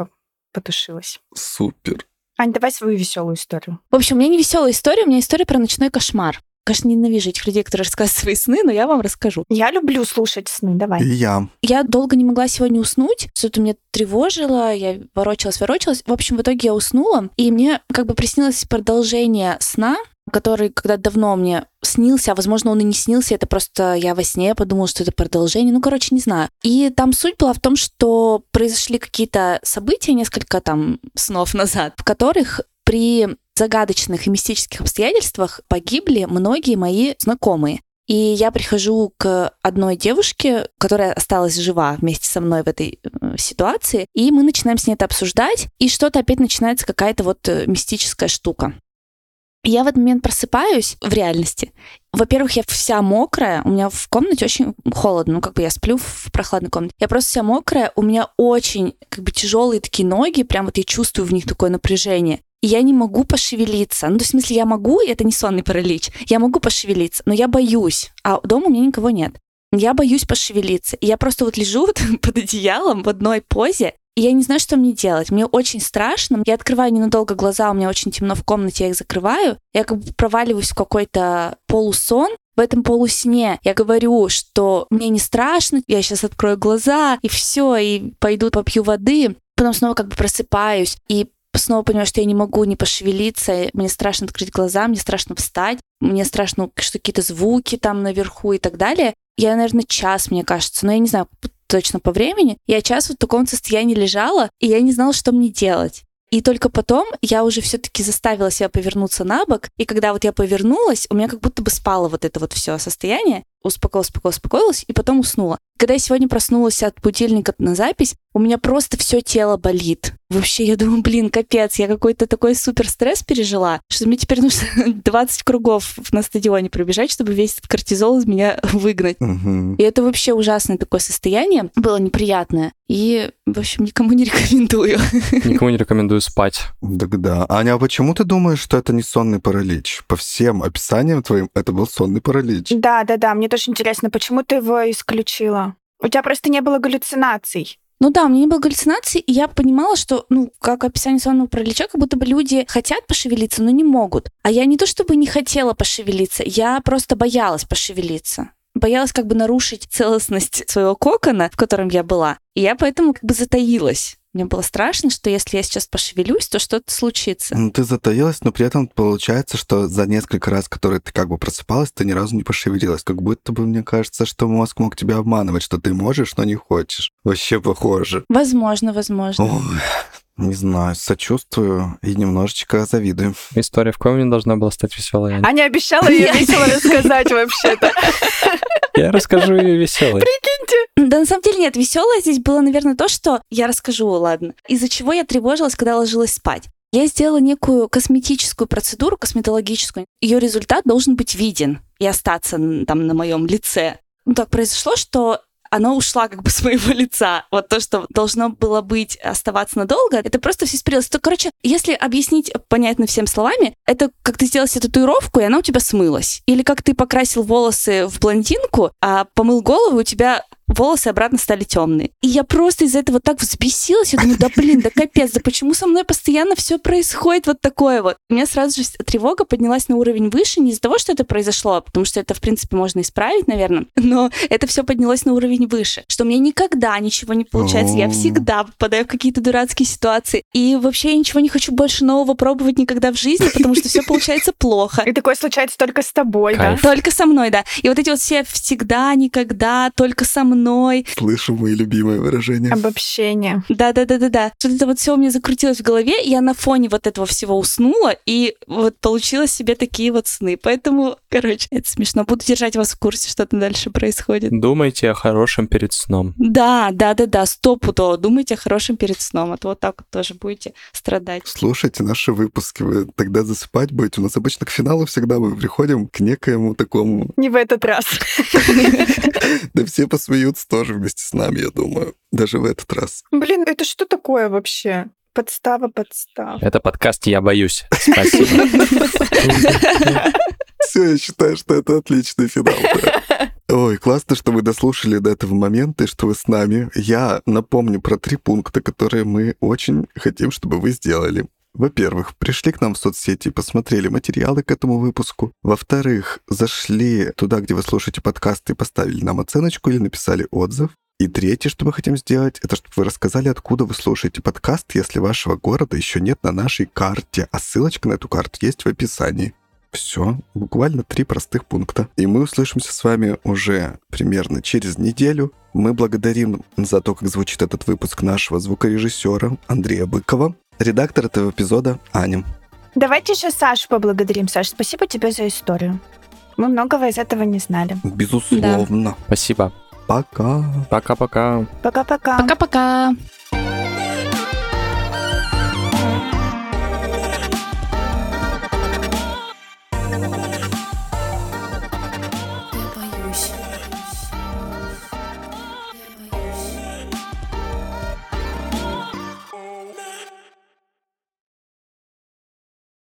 потушилась. Супер. Ань, давай свою веселую историю. В общем, у меня не веселая история, у меня история про ночной кошмар. Конечно, ненавижу этих людей, которые рассказывают свои сны, но я вам расскажу. Я люблю слушать сны, давай. И я. Я долго не могла сегодня уснуть, что-то меня тревожило, я ворочалась, ворочалась. В общем, в итоге я уснула, и мне как бы приснилось продолжение сна, который когда-то давно мне снился, а, возможно, он и не снился, это просто я во сне подумала, что это продолжение, ну, короче, не знаю. И там суть была в том, что произошли какие-то события несколько там снов назад, в которых при загадочных и мистических обстоятельствах погибли многие мои знакомые. И я прихожу к одной девушке, которая осталась жива вместе со мной в этой э, ситуации, и мы начинаем с ней это обсуждать, и что-то опять начинается какая-то вот э, мистическая штука. Я в этот момент просыпаюсь в реальности. Во-первых, я вся мокрая, у меня в комнате очень холодно, ну как бы я сплю в прохладной комнате. Я просто вся мокрая, у меня очень как бы тяжелые такие ноги, прям вот я чувствую в них такое напряжение. И я не могу пошевелиться. Ну, то есть, в смысле, я могу, и это не сонный паралич, я могу пошевелиться, но я боюсь, а дома у меня никого нет. Я боюсь пошевелиться. И я просто вот лежу вот под одеялом в одной позе, и я не знаю, что мне делать. Мне очень страшно. Я открываю ненадолго глаза, у меня очень темно в комнате, я их закрываю. Я как бы проваливаюсь в какой-то полусон. В этом полусне я говорю, что мне не страшно, я сейчас открою глаза, и все, и пойду попью воды. Потом снова как бы просыпаюсь, и снова понимаю, что я не могу не пошевелиться, мне страшно открыть глаза, мне страшно встать, мне страшно, что какие-то звуки там наверху и так далее. Я, наверное, час, мне кажется, но я не знаю точно по времени. Я час вот в таком состоянии лежала, и я не знала, что мне делать. И только потом я уже все-таки заставила себя повернуться на бок, и когда вот я повернулась, у меня как будто бы спало вот это вот все состояние, успокоилась, успокоилась, успокоилась, и потом уснула. Когда я сегодня проснулась от будильника на запись, у меня просто все тело болит. Вообще, я думаю, блин, капец, я какой-то такой супер стресс пережила, что мне теперь нужно двадцать кругов на стадионе пробежать, чтобы весь этот кортизол из меня выгнать. Угу. И это вообще ужасное такое состояние, было неприятное. И, в общем, никому не рекомендую. Никому не рекомендую спать. Так да. Аня, а почему ты думаешь, что это не сонный паралич? По всем описаниям твоим, это был сонный паралич. Да, да, да. Мне тоже интересно, почему ты его исключила? У тебя просто не было галлюцинаций. Ну да, у меня не было галлюцинаций, и я понимала, что, ну, как описание сонного паралича, как будто бы люди хотят пошевелиться, но не могут. А я не то чтобы не хотела пошевелиться, я просто боялась пошевелиться. Боялась как бы нарушить целостность своего кокона, в котором я была. И я поэтому как бы затаилась. Мне было страшно, что если я сейчас пошевелюсь, то что-то случится. Ну, ты затаилась, но при этом получается, что за несколько раз, которые ты как бы просыпалась, ты ни разу не пошевелилась. Как будто бы, мне кажется, что мозг мог тебя обманывать, что ты можешь, но не хочешь. Вообще похоже. Возможно, возможно. Ой, не знаю, сочувствую и немножечко завидую. История в комнате должна была стать веселой. Аня. Аня обещала ее весело рассказать вообще-то. Я расскажу ее веселой. Да, на самом деле нет, веселое здесь было, наверное, то, что я расскажу, ладно. Из-за чего я тревожилась, когда ложилась спать. Я сделала некую косметическую процедуру, косметологическую. Ее результат должен быть виден и остаться там на моем лице. Ну так произошло, что она ушла как бы с моего лица. Вот то, что должно было быть оставаться надолго, это просто все испарилось. То, короче, если объяснить понятно всем словами, это как ты сделал себе татуировку, и она у тебя смылась. Или как ты покрасил волосы в блондинку, а помыл голову, и у тебя волосы обратно стали темные. И я просто из-за этого так взбесилась. Я думаю, да блин, да капец, да почему со мной постоянно все происходит вот такое вот? У меня сразу же тревога поднялась на уровень выше не из-за того, что это произошло, потому что это, в принципе, можно исправить, наверное, но это все поднялось на уровень выше, что у меня никогда ничего не получается. Я всегда попадаю в какие-то дурацкие ситуации. И вообще я ничего не хочу больше нового пробовать никогда в жизни, потому что все получается плохо. И такое случается только с тобой, Кайф. да? Только со мной, да. И вот эти вот все всегда, никогда, только со мной. Слышу мои любимые выражения. Обобщение. Да-да-да-да-да. Что это вот все у меня закрутилось в голове, и я на фоне вот этого всего уснула, и вот получила себе такие вот сны. Поэтому, короче, это смешно. Буду держать вас в курсе, что там дальше происходит. Думайте о хорошем перед сном. Да, да-да-да, стопудово. Думайте о хорошем перед сном, а то вот так вот тоже будете страдать. Слушайте наши выпуски, вы тогда засыпать будете. У нас обычно к финалу всегда мы приходим к некоему такому... Не в этот раз. Да все посмеются тоже вместе с нами, я думаю. Даже в этот раз. Блин, это что такое вообще? Подстава, подстава. Это подкаст «Я боюсь». Спасибо. Все, я считаю, что это отличный финал. Да. Ой, классно, что вы дослушали до этого момента и что вы с нами. Я напомню про три пункта, которые мы очень хотим, чтобы вы сделали. Во-первых, пришли к нам в соцсети и посмотрели материалы к этому выпуску. Во-вторых, зашли туда, где вы слушаете подкасты, и поставили нам оценочку или написали отзыв. И третье, что мы хотим сделать, это чтобы вы рассказали, откуда вы слушаете подкаст, если вашего города еще нет на нашей карте, а ссылочка на эту карту есть в описании. Все, буквально три простых пункта. И мы услышимся с вами уже примерно через неделю. Мы благодарим за то, как звучит этот выпуск нашего звукорежиссера Андрея Быкова, редактор этого эпизода Аня. Давайте еще Сашу поблагодарим. Саш, спасибо тебе за историю. Мы многого из этого не знали. Безусловно. Спасибо. Пока. Пока-пока. Пока-пока. Пока-пока.